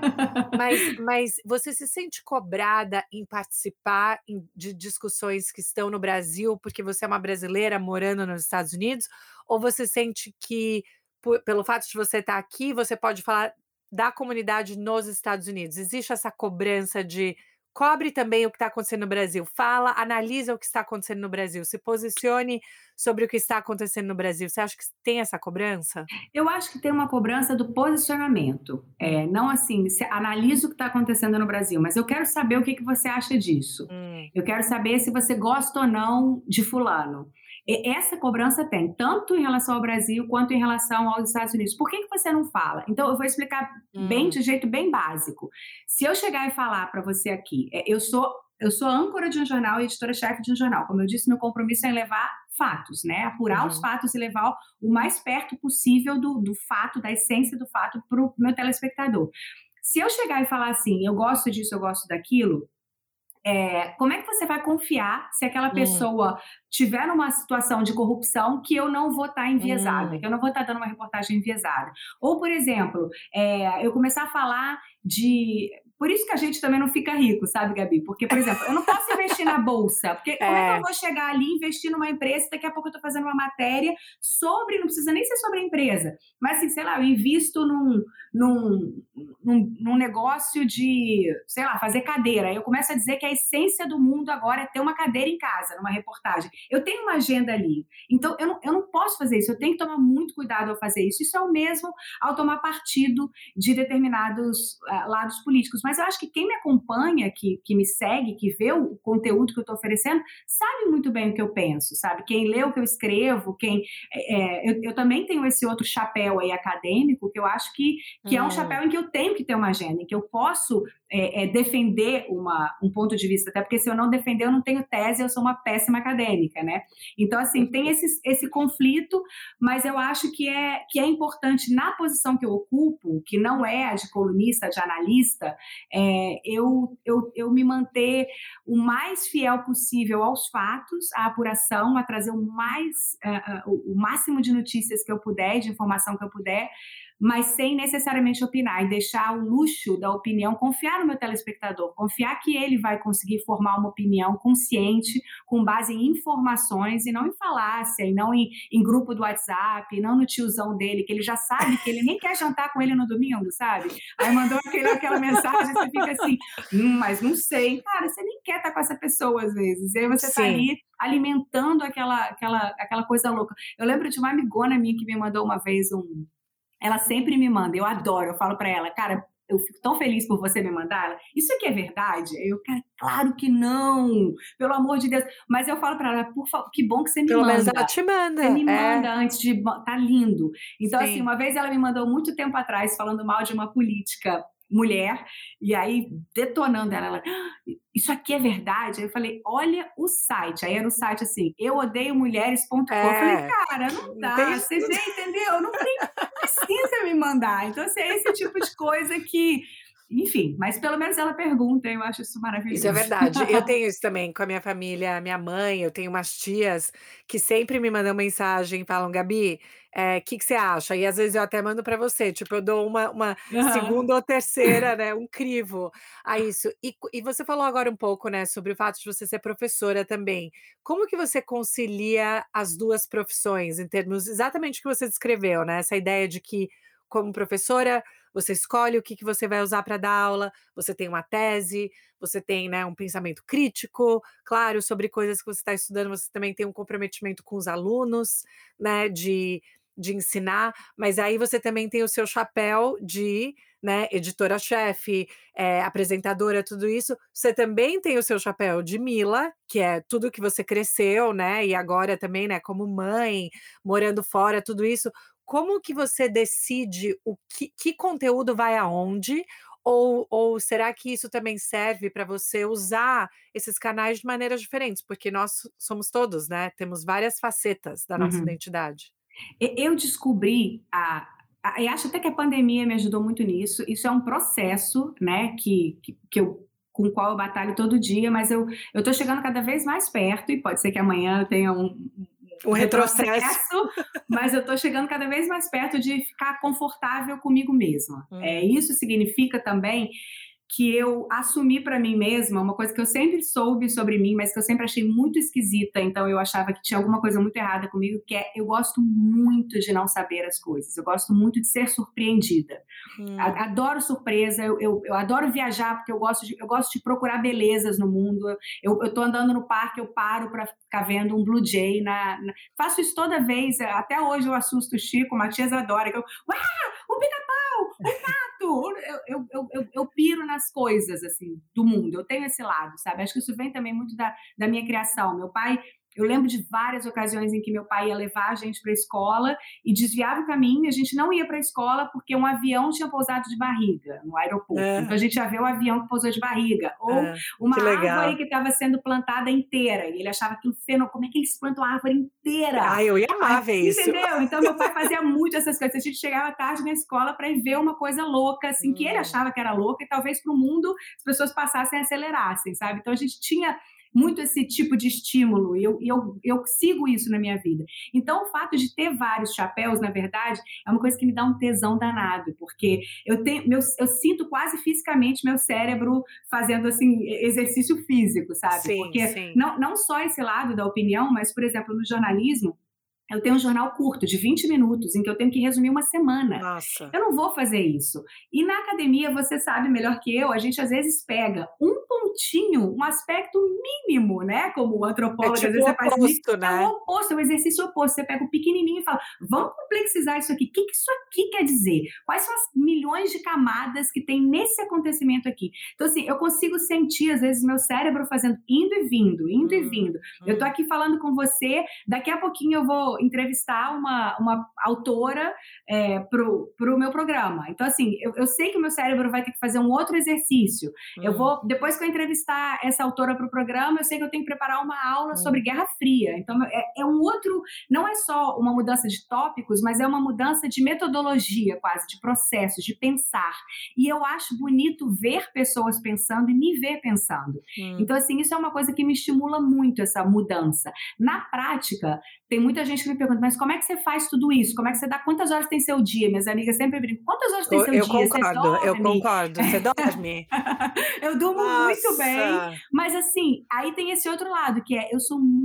Mas você se sente cobrada em participar de discussões que estão no Brasil, porque você é uma brasileira morando nos Estados Unidos, ou você sente que pelo fato de você estar aqui, você pode falar da comunidade nos Estados Unidos? Existe essa cobrança de cobre também o que está acontecendo no Brasil, fala, analisa o que está acontecendo no Brasil, se posicione sobre o que está acontecendo no Brasil. Você acha que tem essa cobrança? Eu acho que tem uma cobrança do posicionamento. Não assim, se analisa o que está acontecendo no Brasil, mas eu quero saber o que, que você acha disso. Hum, Eu quero saber se você gosta ou não de fulano. Essa cobrança tem, tanto em relação ao Brasil quanto em relação aos Estados Unidos. Por que, que você não fala? Então, eu vou explicar bem hum, de jeito bem básico. Se eu chegar e falar para você aqui, eu sou âncora de um jornal e editora-chefe de um jornal. Como eu disse, meu compromisso é em levar fatos, né? Apurar os uhum, fatos e levar o mais perto possível do fato, da essência do fato para o meu telespectador. Se eu chegar e falar assim, eu gosto disso, eu gosto daquilo, como é que você vai confiar se aquela hum, pessoa tiver numa situação de corrupção que eu não vou estar enviesada, hum, que eu não vou estar dando uma reportagem enviesada? Ou, por exemplo, eu começar a falar de. Por isso que a gente também não fica rico, sabe, Gabi? Porque, por exemplo, eu não posso investir na bolsa, porque como é que eu é, vou chegar ali, investir numa empresa, e daqui a pouco eu estou fazendo uma matéria sobre, não precisa nem ser sobre a empresa, mas assim, sei lá, eu invisto num, num negócio de, sei lá, fazer cadeira. Aí eu começo a dizer que a essência do mundo agora é ter uma cadeira em casa, numa reportagem. Eu tenho uma agenda ali. Então, eu não posso fazer isso. Eu tenho que tomar muito cuidado ao fazer isso. Isso é o mesmo ao tomar partido de determinados lados políticos. Mas eu acho que quem me acompanha, que me segue, que vê o conteúdo que eu estou oferecendo, sabe muito bem o que eu penso, sabe? Quem lê o que eu escrevo, eu também tenho esse outro chapéu aí acadêmico, que eu acho que é um hum. chapéu em que eu tenho que ter uma agenda, em que eu posso defender um ponto de vista, até porque se eu não defender, eu não tenho tese, eu sou uma péssima acadêmica, né? Então, assim, tem esse conflito, mas eu acho que é importante na posição que eu ocupo, que não é a de colunista, de analista, eu me manter o mais fiel possível aos fatos, à apuração, a trazer o máximo de notícias que eu puder, de informação que eu puder, mas sem necessariamente opinar e deixar o luxo da opinião, confiar no meu telespectador, confiar que ele vai conseguir formar uma opinião consciente, com base em informações e não em falácia, e não em grupo do WhatsApp, e não no tiozão dele, que ele já sabe que ele nem quer jantar com ele no domingo, sabe? Aí mandou aquela mensagem, você fica assim, mas não sei. Cara, você nem quer estar com essa pessoa às vezes, e aí você está Sim. ali alimentando aquela coisa louca. Eu lembro de uma amigona minha que me mandou uma vez ela sempre me manda, eu adoro, eu falo para ela, cara, eu fico tão feliz por você me mandar. Ela, isso aqui é verdade? Eu, cara, claro que não, pelo amor de Deus. Mas eu falo para ela, por favor, que bom que você me Pelo menos ela manda. te Você manda. me É, manda antes de. Tá lindo. Então, assim, sim. uma vez ela me mandou muito tempo atrás, falando mal de uma política mulher, e aí detonando ela, isso aqui é verdade? Aí eu falei, olha o site. Aí era o site assim, euodeiomulheres.com. Eu falei, É, cara, não não tem dá. Você vê, entendeu? Não precisa me mandar. Então, assim, é esse tipo de coisa que, enfim, mas pelo menos ela pergunta, eu acho isso isso é maravilhoso. verdade. Eu tenho isso também com a minha família, minha mãe, eu tenho umas tias que sempre me mandam mensagem e falam: "Gabi, que você acha?" E às vezes eu até mando para você, tipo, eu dou uma Aham. segunda ou terceira, né, um crivo a isso. E você falou agora um pouco, né, sobre o fato de você ser professora também. Como que você concilia as 2 profissões em termos exatamente o que você descreveu, né, essa ideia de que, como professora, você escolhe o que você vai usar para dar aula, você tem uma tese, você tem, né, um pensamento crítico, claro, sobre coisas que você está estudando, você também tem um comprometimento com os alunos, né, de ensinar, mas aí você também tem o seu chapéu de né, editora-chefe, apresentadora, tudo isso, você também tem o seu chapéu de Mila, que é tudo que você cresceu, né, e agora também, né, como mãe, morando fora, tudo isso. Como que você decide o que conteúdo vai aonde? Ou será que isso também serve para você usar esses canais de maneiras diferentes? Porque nós somos todos, né, temos várias facetas da nossa Uhum. identidade. Eu descobri e acho até que a pandemia me ajudou muito nisso. Isso é um processo, né, que eu com o qual eu batalho todo dia, mas eu tô chegando cada vez mais perto e pode ser que amanhã eu tenha O um retrocesso. retrocesso, mas eu tô chegando cada vez mais perto de ficar confortável comigo mesma. Isso significa também que eu assumi para mim mesma uma coisa que eu sempre soube sobre mim, mas que eu sempre achei muito esquisita, então eu achava que tinha alguma coisa muito errada comigo, que é eu gosto muito de não saber as coisas, eu gosto muito de ser surpreendida. Hum. Adoro surpresa, eu adoro viajar, porque eu gosto de procurar belezas no mundo. Eu tô andando no parque, eu paro para ficar vendo um Blue Jay. Faço isso toda vez, até hoje eu assusto o Chico, o Matias adora. Uau, um pica-pau, um pato! Eu piro nas coisas, assim, do mundo. Eu tenho esse lado, sabe? Acho que isso vem também muito da minha criação. Meu pai, eu lembro de várias ocasiões em que meu pai ia levar a gente para a escola e desviava o caminho, a gente não ia para a escola porque um avião tinha pousado de barriga no aeroporto. Então a Hã, gente já vê o avião que pousou de barriga. Ou hã. uma Que árvore legal. que estava sendo plantada inteira. E ele achava aquilo fenômeno. Como é que eles plantam a árvore inteira? Ai, eu ia amar ver isso. Entendeu? Então meu pai fazia muito essas coisas. A gente chegava tarde na escola para ir ver uma coisa louca, assim, que ele Hum. achava que era louca e talvez para o mundo as pessoas passassem e acelerassem, sabe? Então a gente tinha muito esse tipo de estímulo e eu sigo isso na minha vida. Então, o fato de ter vários chapéus, na verdade, é uma coisa que me dá um tesão danado, porque eu sinto quase fisicamente meu cérebro fazendo assim exercício físico, sabe? Sim, Porque sim. não só esse lado da opinião, mas, por exemplo, no jornalismo, eu tenho um jornal curto, de 20 minutos, em que eu tenho que resumir uma semana. Nossa. Eu não vou fazer isso. E na academia, você sabe melhor que eu, a gente às vezes pega um pontinho, um aspecto mínimo, né? Como É antropólogo, às tipo vezes o você faz comigo, oposto, é o né. oposto, é o exercício oposto. Você pega o pequenininho e fala, vamos complexizar isso aqui. O que isso aqui quer dizer? Quais são as milhões de camadas que tem nesse acontecimento aqui? Então, assim, eu consigo sentir, às vezes, meu cérebro fazendo indo e vindo, indo e Hum, vindo. Eu tô hum. aqui falando com você, daqui a pouquinho eu vou entrevistar uma autora para o meu programa. Então, assim, eu sei que o meu cérebro vai ter que fazer um outro exercício. Hum, Depois que eu entrevistar essa autora para o programa, eu sei que eu tenho que preparar uma aula sobre hum. Guerra Fria. Então, é um outro, não é só uma mudança de tópicos, mas é uma mudança de metodologia, quase, de processo, de pensar. E eu acho bonito ver pessoas pensando e me ver pensando. Hum. Então, assim, isso é uma coisa que me estimula muito, essa mudança. Na prática, tem muita gente que me pergunta, mas como é que você faz tudo isso? Como é que você dá? Quantas horas tem seu dia? Minhas amigas sempre brincam, quantas horas tem seu Eu dia? Você concordo, eu dorme? concordo. Você dorme? Eu durmo muito bem, Nossa! mas assim, aí tem esse outro lado, que é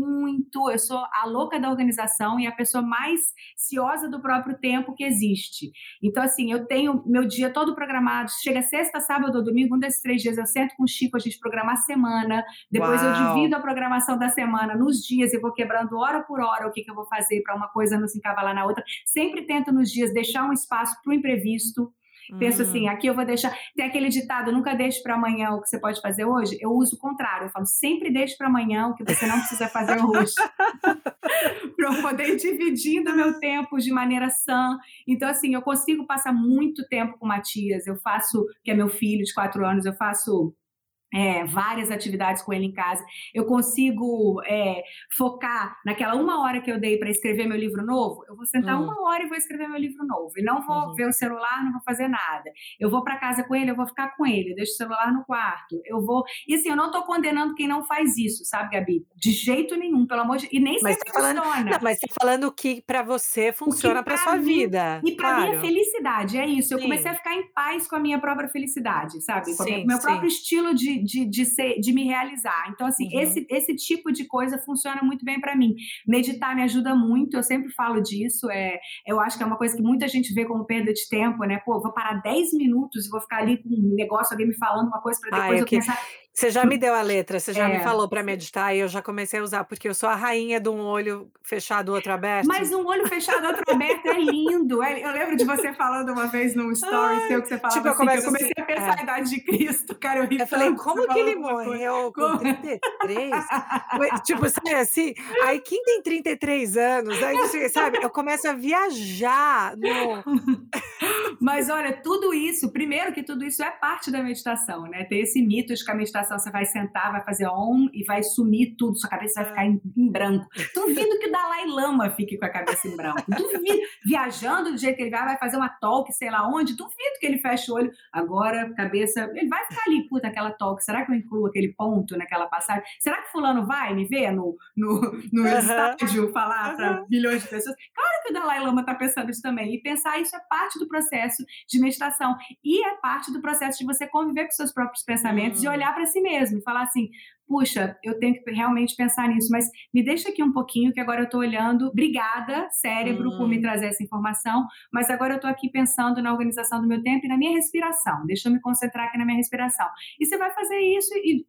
eu sou a louca da organização e a pessoa mais ciosa do próprio tempo que existe. Então, assim, eu tenho meu dia todo programado, chega sexta, sábado ou domingo, um desses 3 dias eu sento com o Chico, a gente programa a semana, depois eu Uau! divido a programação da semana nos dias e vou quebrando hora por hora o que eu vou fazer para uma coisa não se encavalar na outra. Sempre tento nos dias deixar um espaço para o imprevisto. Penso assim, Hum. aqui eu vou deixar. Tem aquele ditado, nunca deixe para amanhã o que você pode fazer hoje. Eu uso o contrário, eu falo, sempre deixe para amanhã o que você não precisa fazer hoje, para eu poder ir dividindo meu tempo de maneira sã. Então, assim, eu consigo passar muito tempo com o Matias. Eu faço, que é meu filho de 4 anos, eu faço várias atividades com ele em casa. Eu consigo focar naquela uma hora que eu dei para escrever meu livro novo. Eu vou sentar Hum, uma hora e vou escrever meu livro novo. E não vou uhum. ver o celular, não vou fazer nada. Eu vou para casa com ele, eu vou ficar com ele. Eu deixo o celular no quarto. Eu vou. E assim, eu não estou condenando quem não faz isso, sabe, Gabi? De jeito nenhum, pelo amor de. E nem Mas sempre tá falando não, funciona. mas tá falando o que pra você O que funciona pra para sua mim vida. e para minha Claro. felicidade, é isso. Eu comecei a Sim, ficar em paz com a minha própria felicidade, sabe? Com o sim, meu sim. próprio estilo de me realizar. Então, assim, Uhum. esse tipo de coisa funciona muito bem para mim. Meditar me ajuda muito, eu sempre falo disso. Eu acho que é uma coisa que muita gente vê como perda de tempo, né? Pô, vou parar 10 minutos e vou ficar ali com um negócio, alguém me falando uma coisa para Ah, depois eu começar. Você já me deu a letra, você já me É. falou para meditar e eu já comecei a usar, porque eu sou a rainha de um olho fechado, o outro aberto. Mas um olho fechado, outro aberto é lindo. Eu lembro de você falando uma vez num story seu que você Tipo, falava eu assim, que eu começo comecei assim a pensar a idade de Cristo, cara, eu ri eu falei: tanto, você "Como que falando ele alguma coisa. morreu com Como... 33?" Tipo, sabe assim? Aí quem tem 33 anos, aí você sabe, eu começo a viajar no Mas olha, tudo isso, primeiro que tudo isso é parte da meditação, né? Tem esse mito de que a meditação você vai sentar, vai fazer om e vai sumir tudo, sua cabeça vai ficar em branco. Duvido que o Dalai Lama fique com a cabeça em branco. Duvido. Viajando do jeito que ele vai fazer uma talk, sei lá onde, duvido que ele feche o olho. Agora, cabeça, ele vai ficar ali, puta, aquela talk, será que eu incluo aquele ponto naquela passagem? Será que fulano vai me ver no aham, estádio falar para aham. bilhões de pessoas? Claro que o Dalai Lama está pensando isso também. E pensar isso é parte do processo de meditação. E é parte do processo de você conviver com seus próprios pensamentos e Hum, olhar para si mesmo e falar assim: puxa, eu tenho que realmente pensar nisso, mas me deixa aqui um pouquinho que agora eu estou olhando. Obrigada, cérebro, por me hum. trazer essa informação, mas agora eu estou aqui pensando na organização do meu tempo e na minha respiração. Deixa eu me concentrar aqui na minha respiração. E você vai fazer isso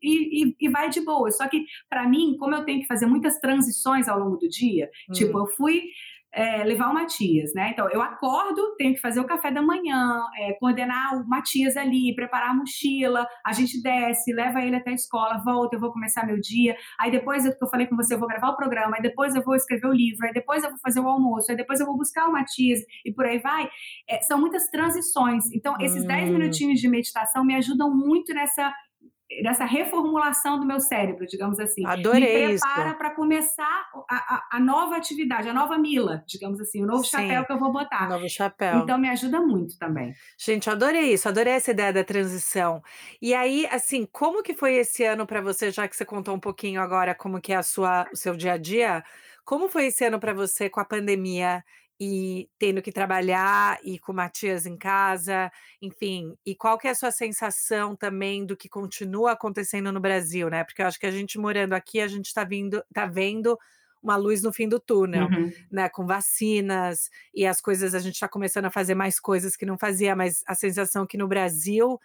e vai de boa. Só que, para mim, como eu tenho que fazer muitas transições ao longo do dia, tipo, Hum. eu fui levar o Matias, né? Então, eu acordo, tenho que fazer o café da manhã, coordenar o Matias ali, preparar a mochila, a gente desce, leva ele até a escola, volta, eu vou começar meu dia, aí depois que eu falei com você, eu vou gravar o programa, aí depois eu vou escrever o livro, aí depois eu vou fazer o almoço, aí depois eu vou buscar o Matias, e por aí vai. São muitas transições. Então, esses 10 Hum. minutinhos de meditação me ajudam muito nessa reformulação do meu cérebro, digamos assim. Me Adorei prepara isso. para começar a nova atividade, a nova Mila, digamos assim, o novo chapéu Sim, que eu vou um botar. novo chapéu. Então me ajuda muito também. Gente, eu adorei isso, adorei essa ideia da transição. E aí, assim, como que foi esse ano para você, já que você contou um pouquinho agora como que é o seu dia a dia, como foi esse ano para você com a pandemia e tendo que trabalhar e com o Matias em casa, enfim, e qual que é a sua sensação também do que continua acontecendo no Brasil, né? Porque eu acho que a gente morando aqui, a gente tá vendo uma luz no fim do túnel, Uhum. né? Com vacinas, e as coisas a gente está começando a fazer mais coisas que não fazia, mas a sensação que no Brasil,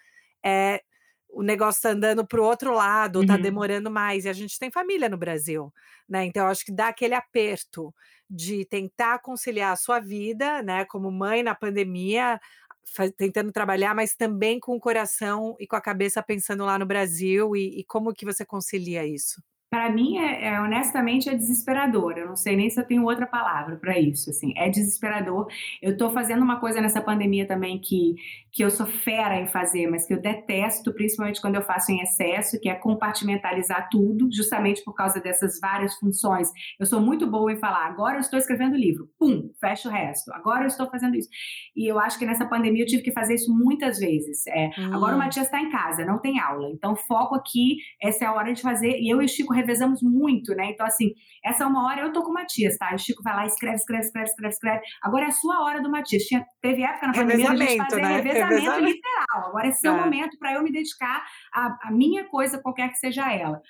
é o negócio está andando para o outro lado, está Uhum. demorando mais, e a gente tem família no Brasil, né, então eu acho que dá aquele aperto de tentar conciliar a sua vida, né, como mãe na pandemia, tentando trabalhar, mas também com o coração e com a cabeça pensando lá no Brasil, e como que você concilia isso? Para mim honestamente é desesperador, eu não sei nem se eu tenho outra palavra para isso, assim, é desesperador. Eu estou fazendo uma coisa nessa pandemia também que eu sou fera em fazer, mas que eu detesto, principalmente quando eu faço em excesso, que é compartimentalizar tudo, justamente por causa dessas várias funções. Eu sou muito boa em falar: "Agora eu estou escrevendo livro", pum, fecha o resto. "Agora eu estou fazendo isso". E eu acho que nessa pandemia eu tive que fazer isso muitas vezes. Agora o Hum, Matias está em casa, não tem aula, então foco aqui, essa é a hora de fazer, e eu e o Chico revezamos muito, né? Então, assim, essa é uma hora eu tô com o Matias, tá? O Chico vai lá, escreve, escreve, escreve, escreve, escreve. Agora é a sua hora do Matias. Teve época na pandemia da gente revezamento, fazer né, revezamento revezamento. literal. Agora é seu É. momento para eu me dedicar à minha coisa, qualquer que seja ela.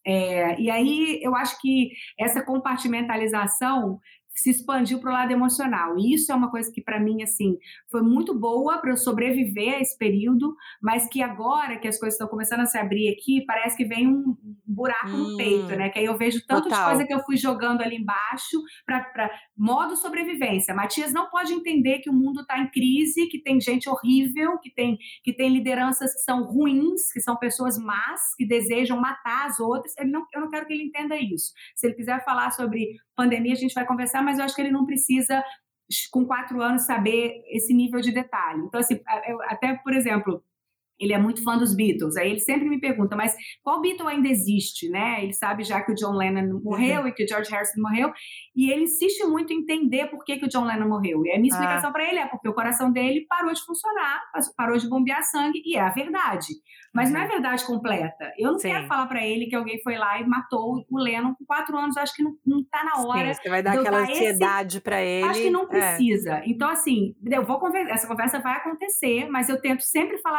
E aí eu acho que essa compartimentalização se expandiu para o lado emocional. E isso é uma coisa que, para mim, assim, foi muito boa para eu sobreviver a esse período, mas que agora que as coisas estão começando a se abrir aqui, parece que vem um buraco no peito, Hum, né? Que aí eu vejo tanto de coisa total. que eu fui jogando ali embaixo para modo sobrevivência. Matias não pode entender que o mundo está em crise, que tem gente horrível, que tem lideranças que são ruins, que são pessoas más, que desejam matar as outras. Eu não quero que ele entenda isso. Se ele quiser falar sobre pandemia, a gente vai conversar, mas eu acho que ele não precisa, com 4 anos, saber esse nível de detalhe. Então, assim, até, por exemplo, ele é muito fã dos Beatles. Aí ele sempre me pergunta, mas qual Beatle ainda existe, né? Ele sabe já que o John Lennon morreu e que o George Harrison morreu, e ele insiste muito em entender por que o John Lennon morreu. E a minha Ah, explicação para ele é porque o coração dele parou de funcionar, parou de bombear sangue, e é a verdade. Mas não é a aham. verdade completa. Eu não quero Sim, falar para ele que alguém foi lá e matou o Lennon com 4 anos. Eu acho que não está na sim, hora você vai dar de eu aquela dar esse. ansiedade pra Acho que ele. não É. precisa. Então, assim, essa conversa vai acontecer, mas eu tento sempre falar a verdade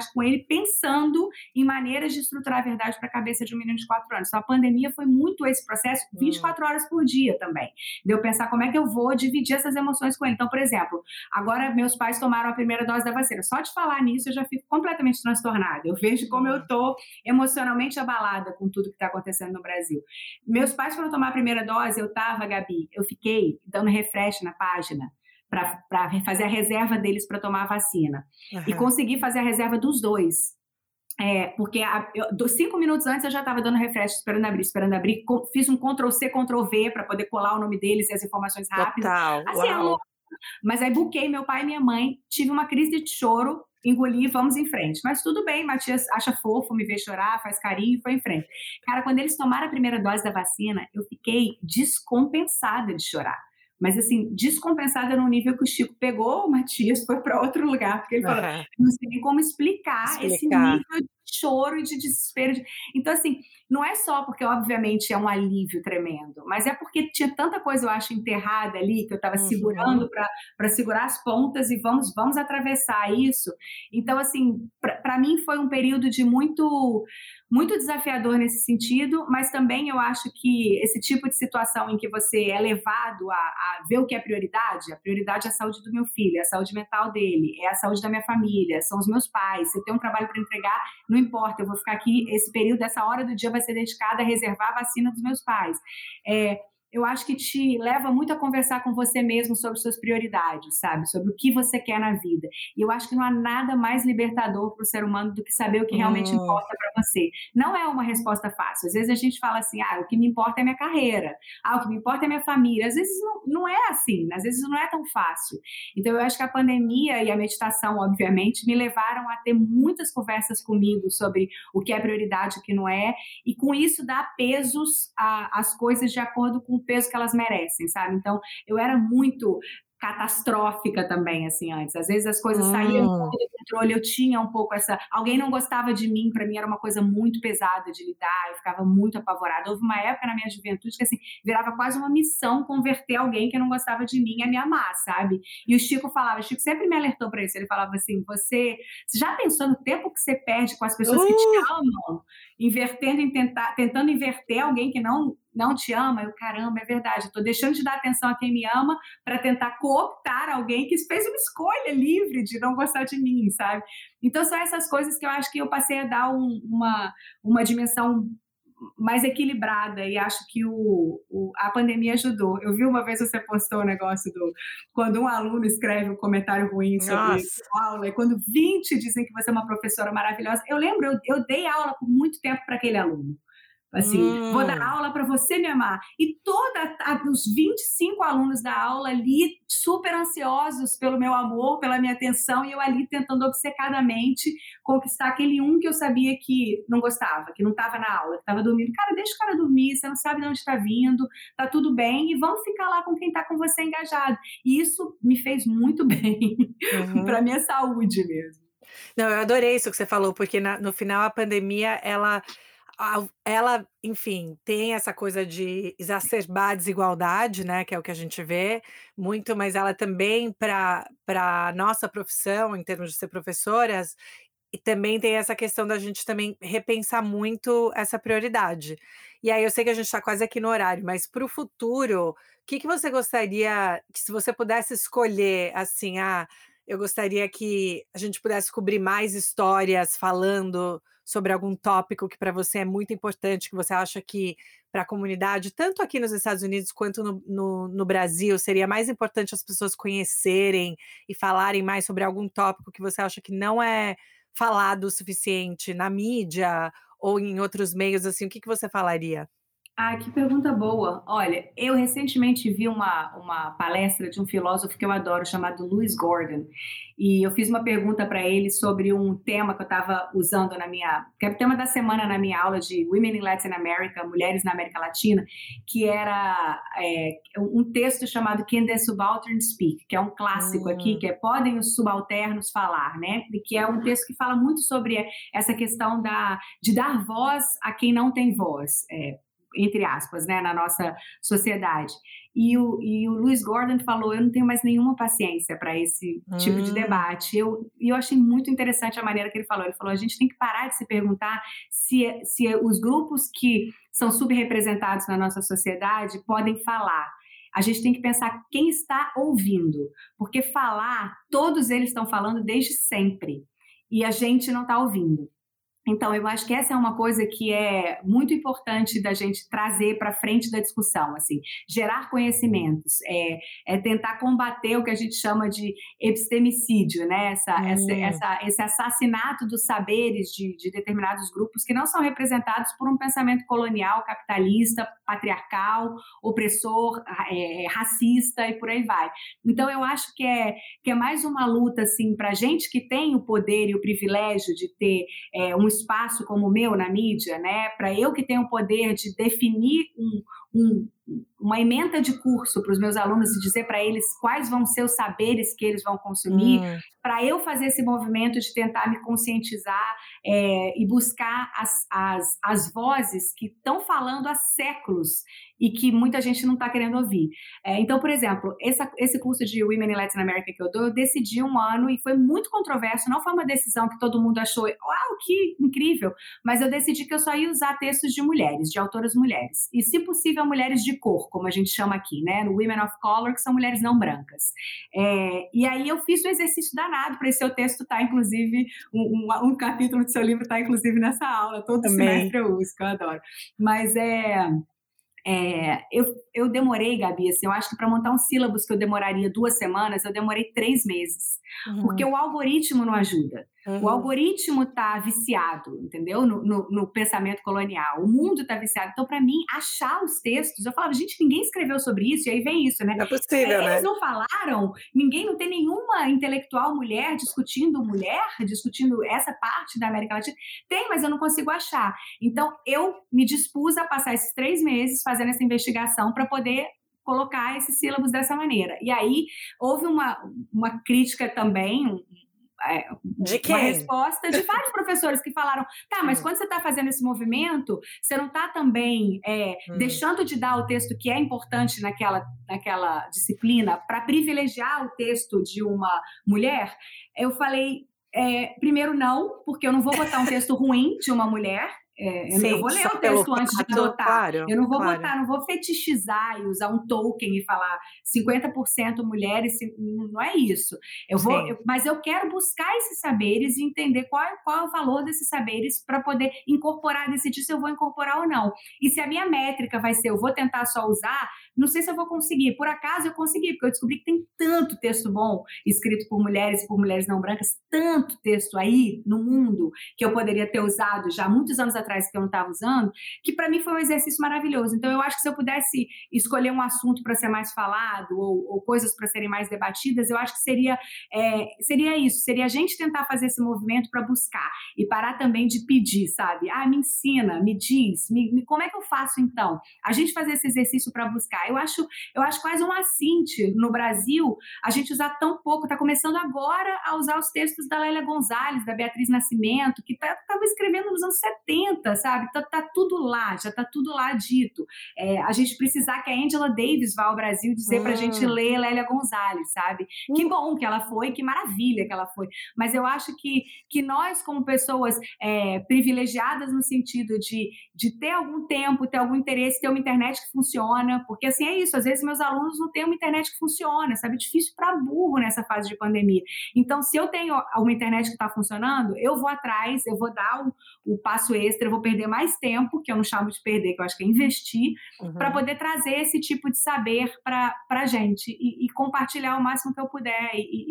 verdade com ele, pensando em maneiras de estruturar a verdade para a cabeça de um menino de 4 anos. Então, a pandemia foi muito esse processo, 24 horas por dia também, de eu pensar como é que eu vou dividir essas emoções com ele. Então, por exemplo, agora meus pais tomaram a primeira dose da vacina. Só de falar nisso, eu já fico completamente transtornada. Eu vejo como eu estou emocionalmente abalada com tudo que está acontecendo no Brasil. Meus pais foram tomar a primeira dose, Gabi, eu fiquei dando refresh na página para fazer a reserva deles para tomar a vacina. E consegui fazer a reserva dos dois. Porque 5 minutos antes eu já estava dando refresh, esperando abrir, fiz um Ctrl+C, Ctrl+V para poder colar o nome deles e as informações rápidas. Total, assim, uau. Mas aí buquei meu pai e minha mãe, tive uma crise de choro, engoli, vamos em frente. Mas tudo bem, Matias acha fofo, me vê chorar, faz carinho, foi em frente. Cara, quando eles tomaram a primeira dose da vacina, eu fiquei descompensada de chorar. Mas assim, descompensada no nível que o Chico pegou o Matias, foi para outro lugar, porque ele falou, não sei nem como explicar esse nível de choro e de desespero. Então, assim, não é só porque, obviamente, é um alívio tremendo, mas é porque tinha tanta coisa, eu acho, enterrada ali, que eu estava segurando para segurar as pontas e vamos atravessar isso. Então, assim, para mim foi um período de muito desafiador nesse sentido, mas também eu acho que esse tipo de situação em que você é levado a ver o que é a prioridade é a saúde do meu filho, é a saúde mental dele, é a saúde da minha família, são os meus pais, se eu tenho um trabalho para entregar, não importa, eu vou ficar aqui, esse período, essa hora do dia vai ser dedicada a reservar a vacina dos meus pais. Eu acho que te leva muito a conversar com você mesmo sobre suas prioridades, sabe? Sobre o que você quer na vida. E eu acho que não há nada mais libertador para o ser humano do que saber o que realmente importa para você. Não é uma resposta fácil. Às vezes a gente fala assim, o que me importa é minha carreira. O que me importa é minha família. Às vezes não é assim, às vezes não é tão fácil. Então eu acho que a pandemia e a meditação, obviamente, me levaram a ter muitas conversas comigo sobre o que é prioridade e o que não é, e com isso dar pesos às coisas de acordo com o peso que elas merecem, sabe? Então, eu era muito catastrófica também, assim, antes. Às vezes as coisas saíam um pouco do controle, eu tinha um pouco essa... Alguém não gostava de mim, para mim era uma coisa muito pesada de lidar, eu ficava muito apavorada. Houve uma época na minha juventude que, assim, virava quase uma missão converter alguém que não gostava de mim a me amar, sabe? E o Chico sempre me alertou para isso, ele falava assim, você já pensou no tempo que você perde com as pessoas que te amam? Tentando inverter alguém que não te ama? Caramba, é verdade, eu tô deixando de dar atenção a quem me ama para tentar cooptar alguém que fez uma escolha livre de não gostar de mim, sabe? Então são essas coisas que eu acho que eu passei a dar uma dimensão mais equilibrada, e acho que a pandemia ajudou. Eu vi uma vez você postou um negócio quando um aluno escreve um comentário ruim sobre a aula, e quando 20 dizem que você é uma professora maravilhosa. Eu lembro, eu dei aula por muito tempo para aquele aluno. Assim, vou dar aula para você me amar. E os 25 alunos da aula ali, super ansiosos pelo meu amor, pela minha atenção, e eu ali tentando obcecadamente conquistar aquele que eu sabia que não gostava, que não estava na aula, que estava dormindo. Cara, deixa o cara dormir, você não sabe de onde está vindo, tá tudo bem, e vamos ficar lá com quem está com você engajado. E isso me fez muito bem para minha saúde mesmo. Não, eu adorei isso que você falou, porque no final a pandemia, ela, enfim, tem essa coisa de exacerbar a desigualdade, né, que é o que a gente vê muito, mas ela também, para a nossa profissão, em termos de ser professoras, e também tem essa questão da gente também repensar muito essa prioridade. E aí eu sei que a gente está quase aqui no horário, mas para o futuro, o que você gostaria, que se você pudesse escolher, assim, eu gostaria que a gente pudesse cobrir mais histórias falando sobre algum tópico que para você é muito importante, que você acha que para a comunidade, tanto aqui nos Estados Unidos quanto no Brasil, seria mais importante as pessoas conhecerem e falarem mais sobre algum tópico que você acha que não é falado o suficiente na mídia ou em outros meios, assim, o que você falaria? Que pergunta boa. Olha, eu recentemente vi uma palestra de um filósofo que eu adoro, chamado Lewis Gordon, e eu fiz uma pergunta para ele sobre um tema que eu estava usando que é o tema da semana na minha aula de Women in Latin America, Mulheres na América Latina, que era um texto chamado Can the Subaltern Speak, que é um clássico aqui, que é Podem os Subalternos Falar, né? E que é um texto que fala muito sobre essa questão de dar voz a quem não tem voz. entre aspas, né, na nossa sociedade. E o Lewis Gordon falou, eu não tenho mais nenhuma paciência para esse tipo de debate. Eu achei muito interessante a maneira que ele falou. Ele falou, a gente tem que parar de se perguntar se os grupos que são subrepresentados na nossa sociedade podem falar. A gente tem que pensar quem está ouvindo, porque falar, todos eles estão falando desde sempre, e a gente não está ouvindo. Então, eu acho que essa é uma coisa que é muito importante da gente trazer para frente da discussão, assim, gerar conhecimentos, tentar combater o que a gente chama de epistemicídio, né? Esse assassinato dos saberes de determinados grupos que não são representados por um pensamento colonial, capitalista, patriarcal, opressor, racista e por aí vai. Então, eu acho que é mais uma luta, assim, para a gente que tem o poder e o privilégio de ter um espaço como o meu na mídia, né, para eu que tenho o poder de definir uma ementa de curso para os meus alunos e dizer para eles quais vão ser os saberes que eles vão consumir, para eu fazer esse movimento de tentar me conscientizar e buscar as vozes que estão falando há séculos e que muita gente não está querendo ouvir. Então, por exemplo, esse curso de Women in Latin America que eu dou, eu decidi um ano e foi muito controverso, não foi uma decisão que todo mundo achou, uau, que incrível, mas eu decidi que eu só ia usar textos de mulheres, de autoras mulheres, e se possível mulheres de cor, como a gente chama aqui, né, no Women of Color, que são mulheres não brancas. E aí eu fiz um exercício danado para esse seu texto estar, inclusive, um capítulo do seu livro está, inclusive, nessa aula, todo semestre eu uso, que eu adoro. Mas eu demorei, Gabi, assim, eu acho que para montar um sílabus que eu demoraria 2 semanas, eu demorei 3 meses, porque o algoritmo não ajuda. O algoritmo está viciado, entendeu? No pensamento colonial. O mundo está viciado. Então, para mim, achar os textos, eu falava, gente, ninguém escreveu sobre isso, e aí vem isso, né? Não é possível, Eles né? não falaram, não tem nenhuma intelectual mulher discutindo essa parte da América Latina. Tem, mas eu não consigo achar. Então, eu me dispus a passar esses 3 meses fazendo essa investigação para poder colocar esses sílabos dessa maneira. E aí, houve uma crítica também, de quem? Uma resposta de vários professores que falaram, tá, mas quando você está fazendo esse movimento, você não está também deixando de dar o texto que é importante naquela disciplina para privilegiar o texto de uma mulher? Eu falei, primeiro não, porque eu não vou botar um texto ruim de uma mulher, eu vou ler o texto antes de adotar. Claro, eu não vou botar, não vou fetichizar e usar um token e falar 50% mulheres, não é isso. Mas eu quero buscar esses saberes e entender qual é o valor desses saberes para poder incorporar, decidir se eu vou incorporar ou não. E se a minha métrica vai ser, eu vou tentar só usar, não sei se eu vou conseguir. Por acaso eu consegui, porque eu descobri que tem tanto texto bom escrito por mulheres e por mulheres não brancas, tanto texto aí no mundo que eu poderia ter usado já muitos anos atrás que eu não estava usando, que para mim foi um exercício maravilhoso. Então eu acho que se eu pudesse escolher um assunto para ser mais falado ou coisas para serem mais debatidas, eu acho que seria isso, seria a gente tentar fazer esse movimento para buscar e parar também de pedir, sabe? Me ensina, me diz, como é que eu faço então? A gente fazer esse exercício para buscar. Eu acho quase um assinte no Brasil a gente usar tão pouco, está começando agora a usar os textos da Lélia Gonzalez, da Beatriz Nascimento, que estava escrevendo nos anos 70, sabe? Tá tudo lá, já tá tudo lá dito. A gente precisar que a Angela Davis vá ao Brasil dizer pra gente ler Lélia Gonzalez, sabe? Que bom que ela foi, que maravilha que ela foi. Mas eu acho que nós, como pessoas privilegiadas no sentido de ter algum tempo, ter algum interesse, ter uma internet que funciona, porque assim é isso, às vezes meus alunos não têm uma internet que funciona, sabe? É difícil para burro nessa fase de pandemia. Então, se eu tenho uma internet que está funcionando, eu vou atrás, eu vou dar o passo extra, eu vou perder mais tempo, que eu não chamo de perder, que eu acho que é investir, para poder trazer esse tipo de saber para a gente e compartilhar o máximo que eu puder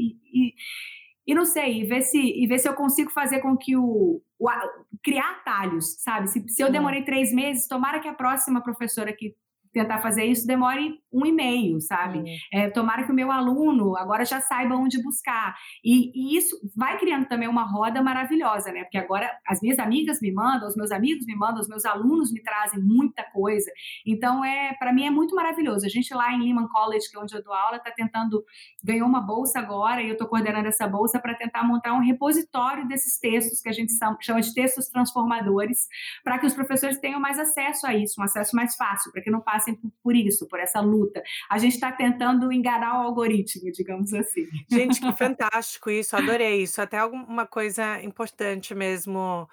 e não sei, e ver se eu consigo fazer com que criar atalhos, sabe? Se eu demorei 3 meses, tomara que a próxima professora que tentar fazer isso demore 1 e-mail, sabe? Tomara que o meu aluno agora já saiba onde buscar. E isso vai criando também uma roda maravilhosa, né? Porque agora as minhas amigas me mandam, os meus amigos me mandam, os meus alunos me trazem muita coisa. Então, para mim é muito maravilhoso. A gente lá em Lehman College, que é onde eu dou aula, ganhou uma bolsa agora, e eu estou coordenando essa bolsa para tentar montar um repositório desses textos que a gente chama de textos transformadores, para que os professores tenham mais acesso a isso, um acesso mais fácil, para que não passem por isso, por essa luta. A gente está tentando enganar o algoritmo, digamos assim. Gente, que fantástico isso, adorei isso. Até alguma coisa importante mesmo.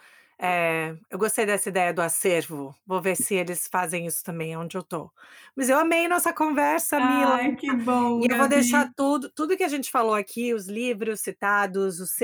Eu gostei dessa ideia do acervo. Vou ver se eles fazem isso também onde eu tô. Mas eu amei nossa conversa, Mila. Ai, que bom, E eu vou Gabi. deixar tudo que a gente falou aqui, os livros citados, os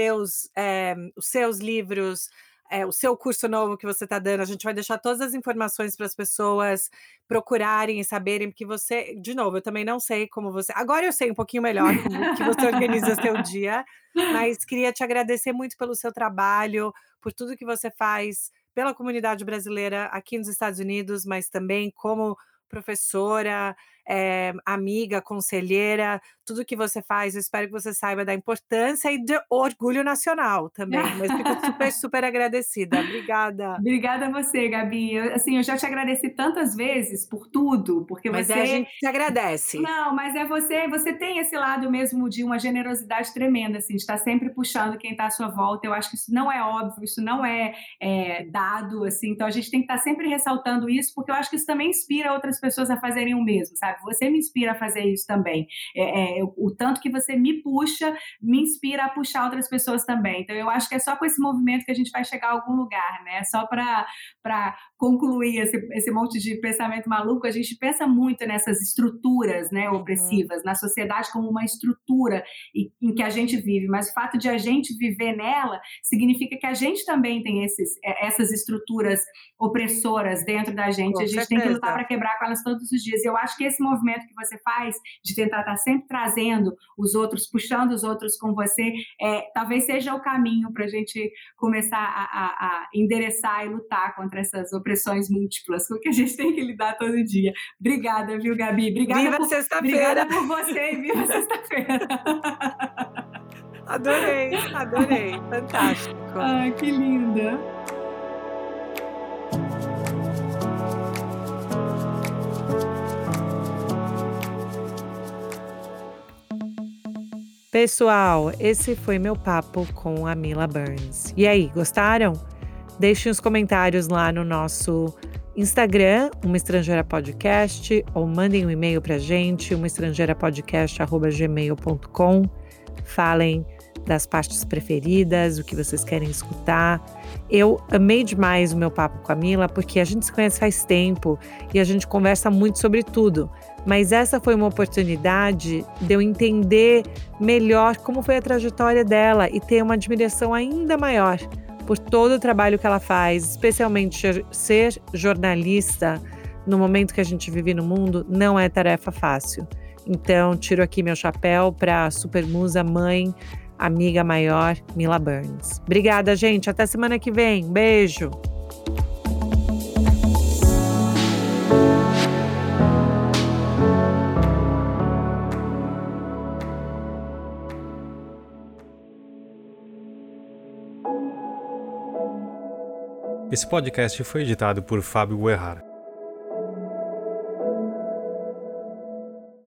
seus livros, o seu curso novo que você está dando, a gente vai deixar todas as informações para as pessoas procurarem e saberem, porque você, de novo, eu também não sei como você. Agora eu sei um pouquinho melhor como que você organiza seu dia, mas queria te agradecer muito pelo seu trabalho, por tudo que você faz pela comunidade brasileira aqui nos Estados Unidos, mas também como professora, amiga, conselheira, tudo que você faz, eu espero que você saiba da importância e do orgulho nacional também, mas fico super, super agradecida. Obrigada. Obrigada a você, Gabi. Eu já te agradeci tantas vezes por tudo, porque Mas você... a gente se agradece. Não, mas você tem esse lado mesmo de uma generosidade tremenda, assim, de estar sempre puxando quem está à sua volta. Eu acho que isso não é óbvio, isso não é dado, assim, então a gente tem que estar sempre ressaltando isso, porque eu acho que isso também inspira outras pessoas a fazerem o mesmo, sabe? Você me inspira a fazer isso também. O tanto que você me puxa, me inspira a puxar outras pessoas também. Então eu acho que é só com esse movimento que a gente vai chegar a algum lugar, né? Só para concluir esse monte de pensamento maluco, a gente pensa muito nessas estruturas, né, opressivas, na sociedade como uma estrutura em que a gente vive, mas o fato de a gente viver nela significa que a gente também tem essas estruturas opressoras dentro da gente, a gente tem que lutar para quebrar com elas todos os dias. E eu acho que esse movimento que você faz, de tentar estar sempre trazendo os outros, puxando os outros com você, talvez seja o caminho para a gente começar a endereçar e lutar contra essas opressões múltiplas, com que a gente tem que lidar todo dia. Obrigada, viu, Gabi? Viva sexta-feira! Obrigada por você e viva sexta-feira! Adorei, fantástico. Ai, que linda! Pessoal, esse foi meu papo com a Mila Burns. E aí, gostaram? Deixem os comentários lá no nosso Instagram, Uma Estrangeira Podcast, ou mandem um e-mail pra gente, umaestrangeirapodcast@gmail.com. Falem das partes preferidas, o que vocês querem escutar. Eu amei demais o meu papo com a Mila, porque a gente se conhece faz tempo e a gente conversa muito sobre tudo. Mas essa foi uma oportunidade de eu entender melhor como foi a trajetória dela e ter uma admiração ainda maior por todo o trabalho que ela faz, especialmente ser jornalista no momento que a gente vive no mundo não é tarefa fácil. Então, tiro aqui meu chapéu para a supermusa, mãe, amiga maior, Mila Burns. Obrigada, gente. Até semana que vem. Beijo! Esse podcast foi editado por Fábio Guerrara.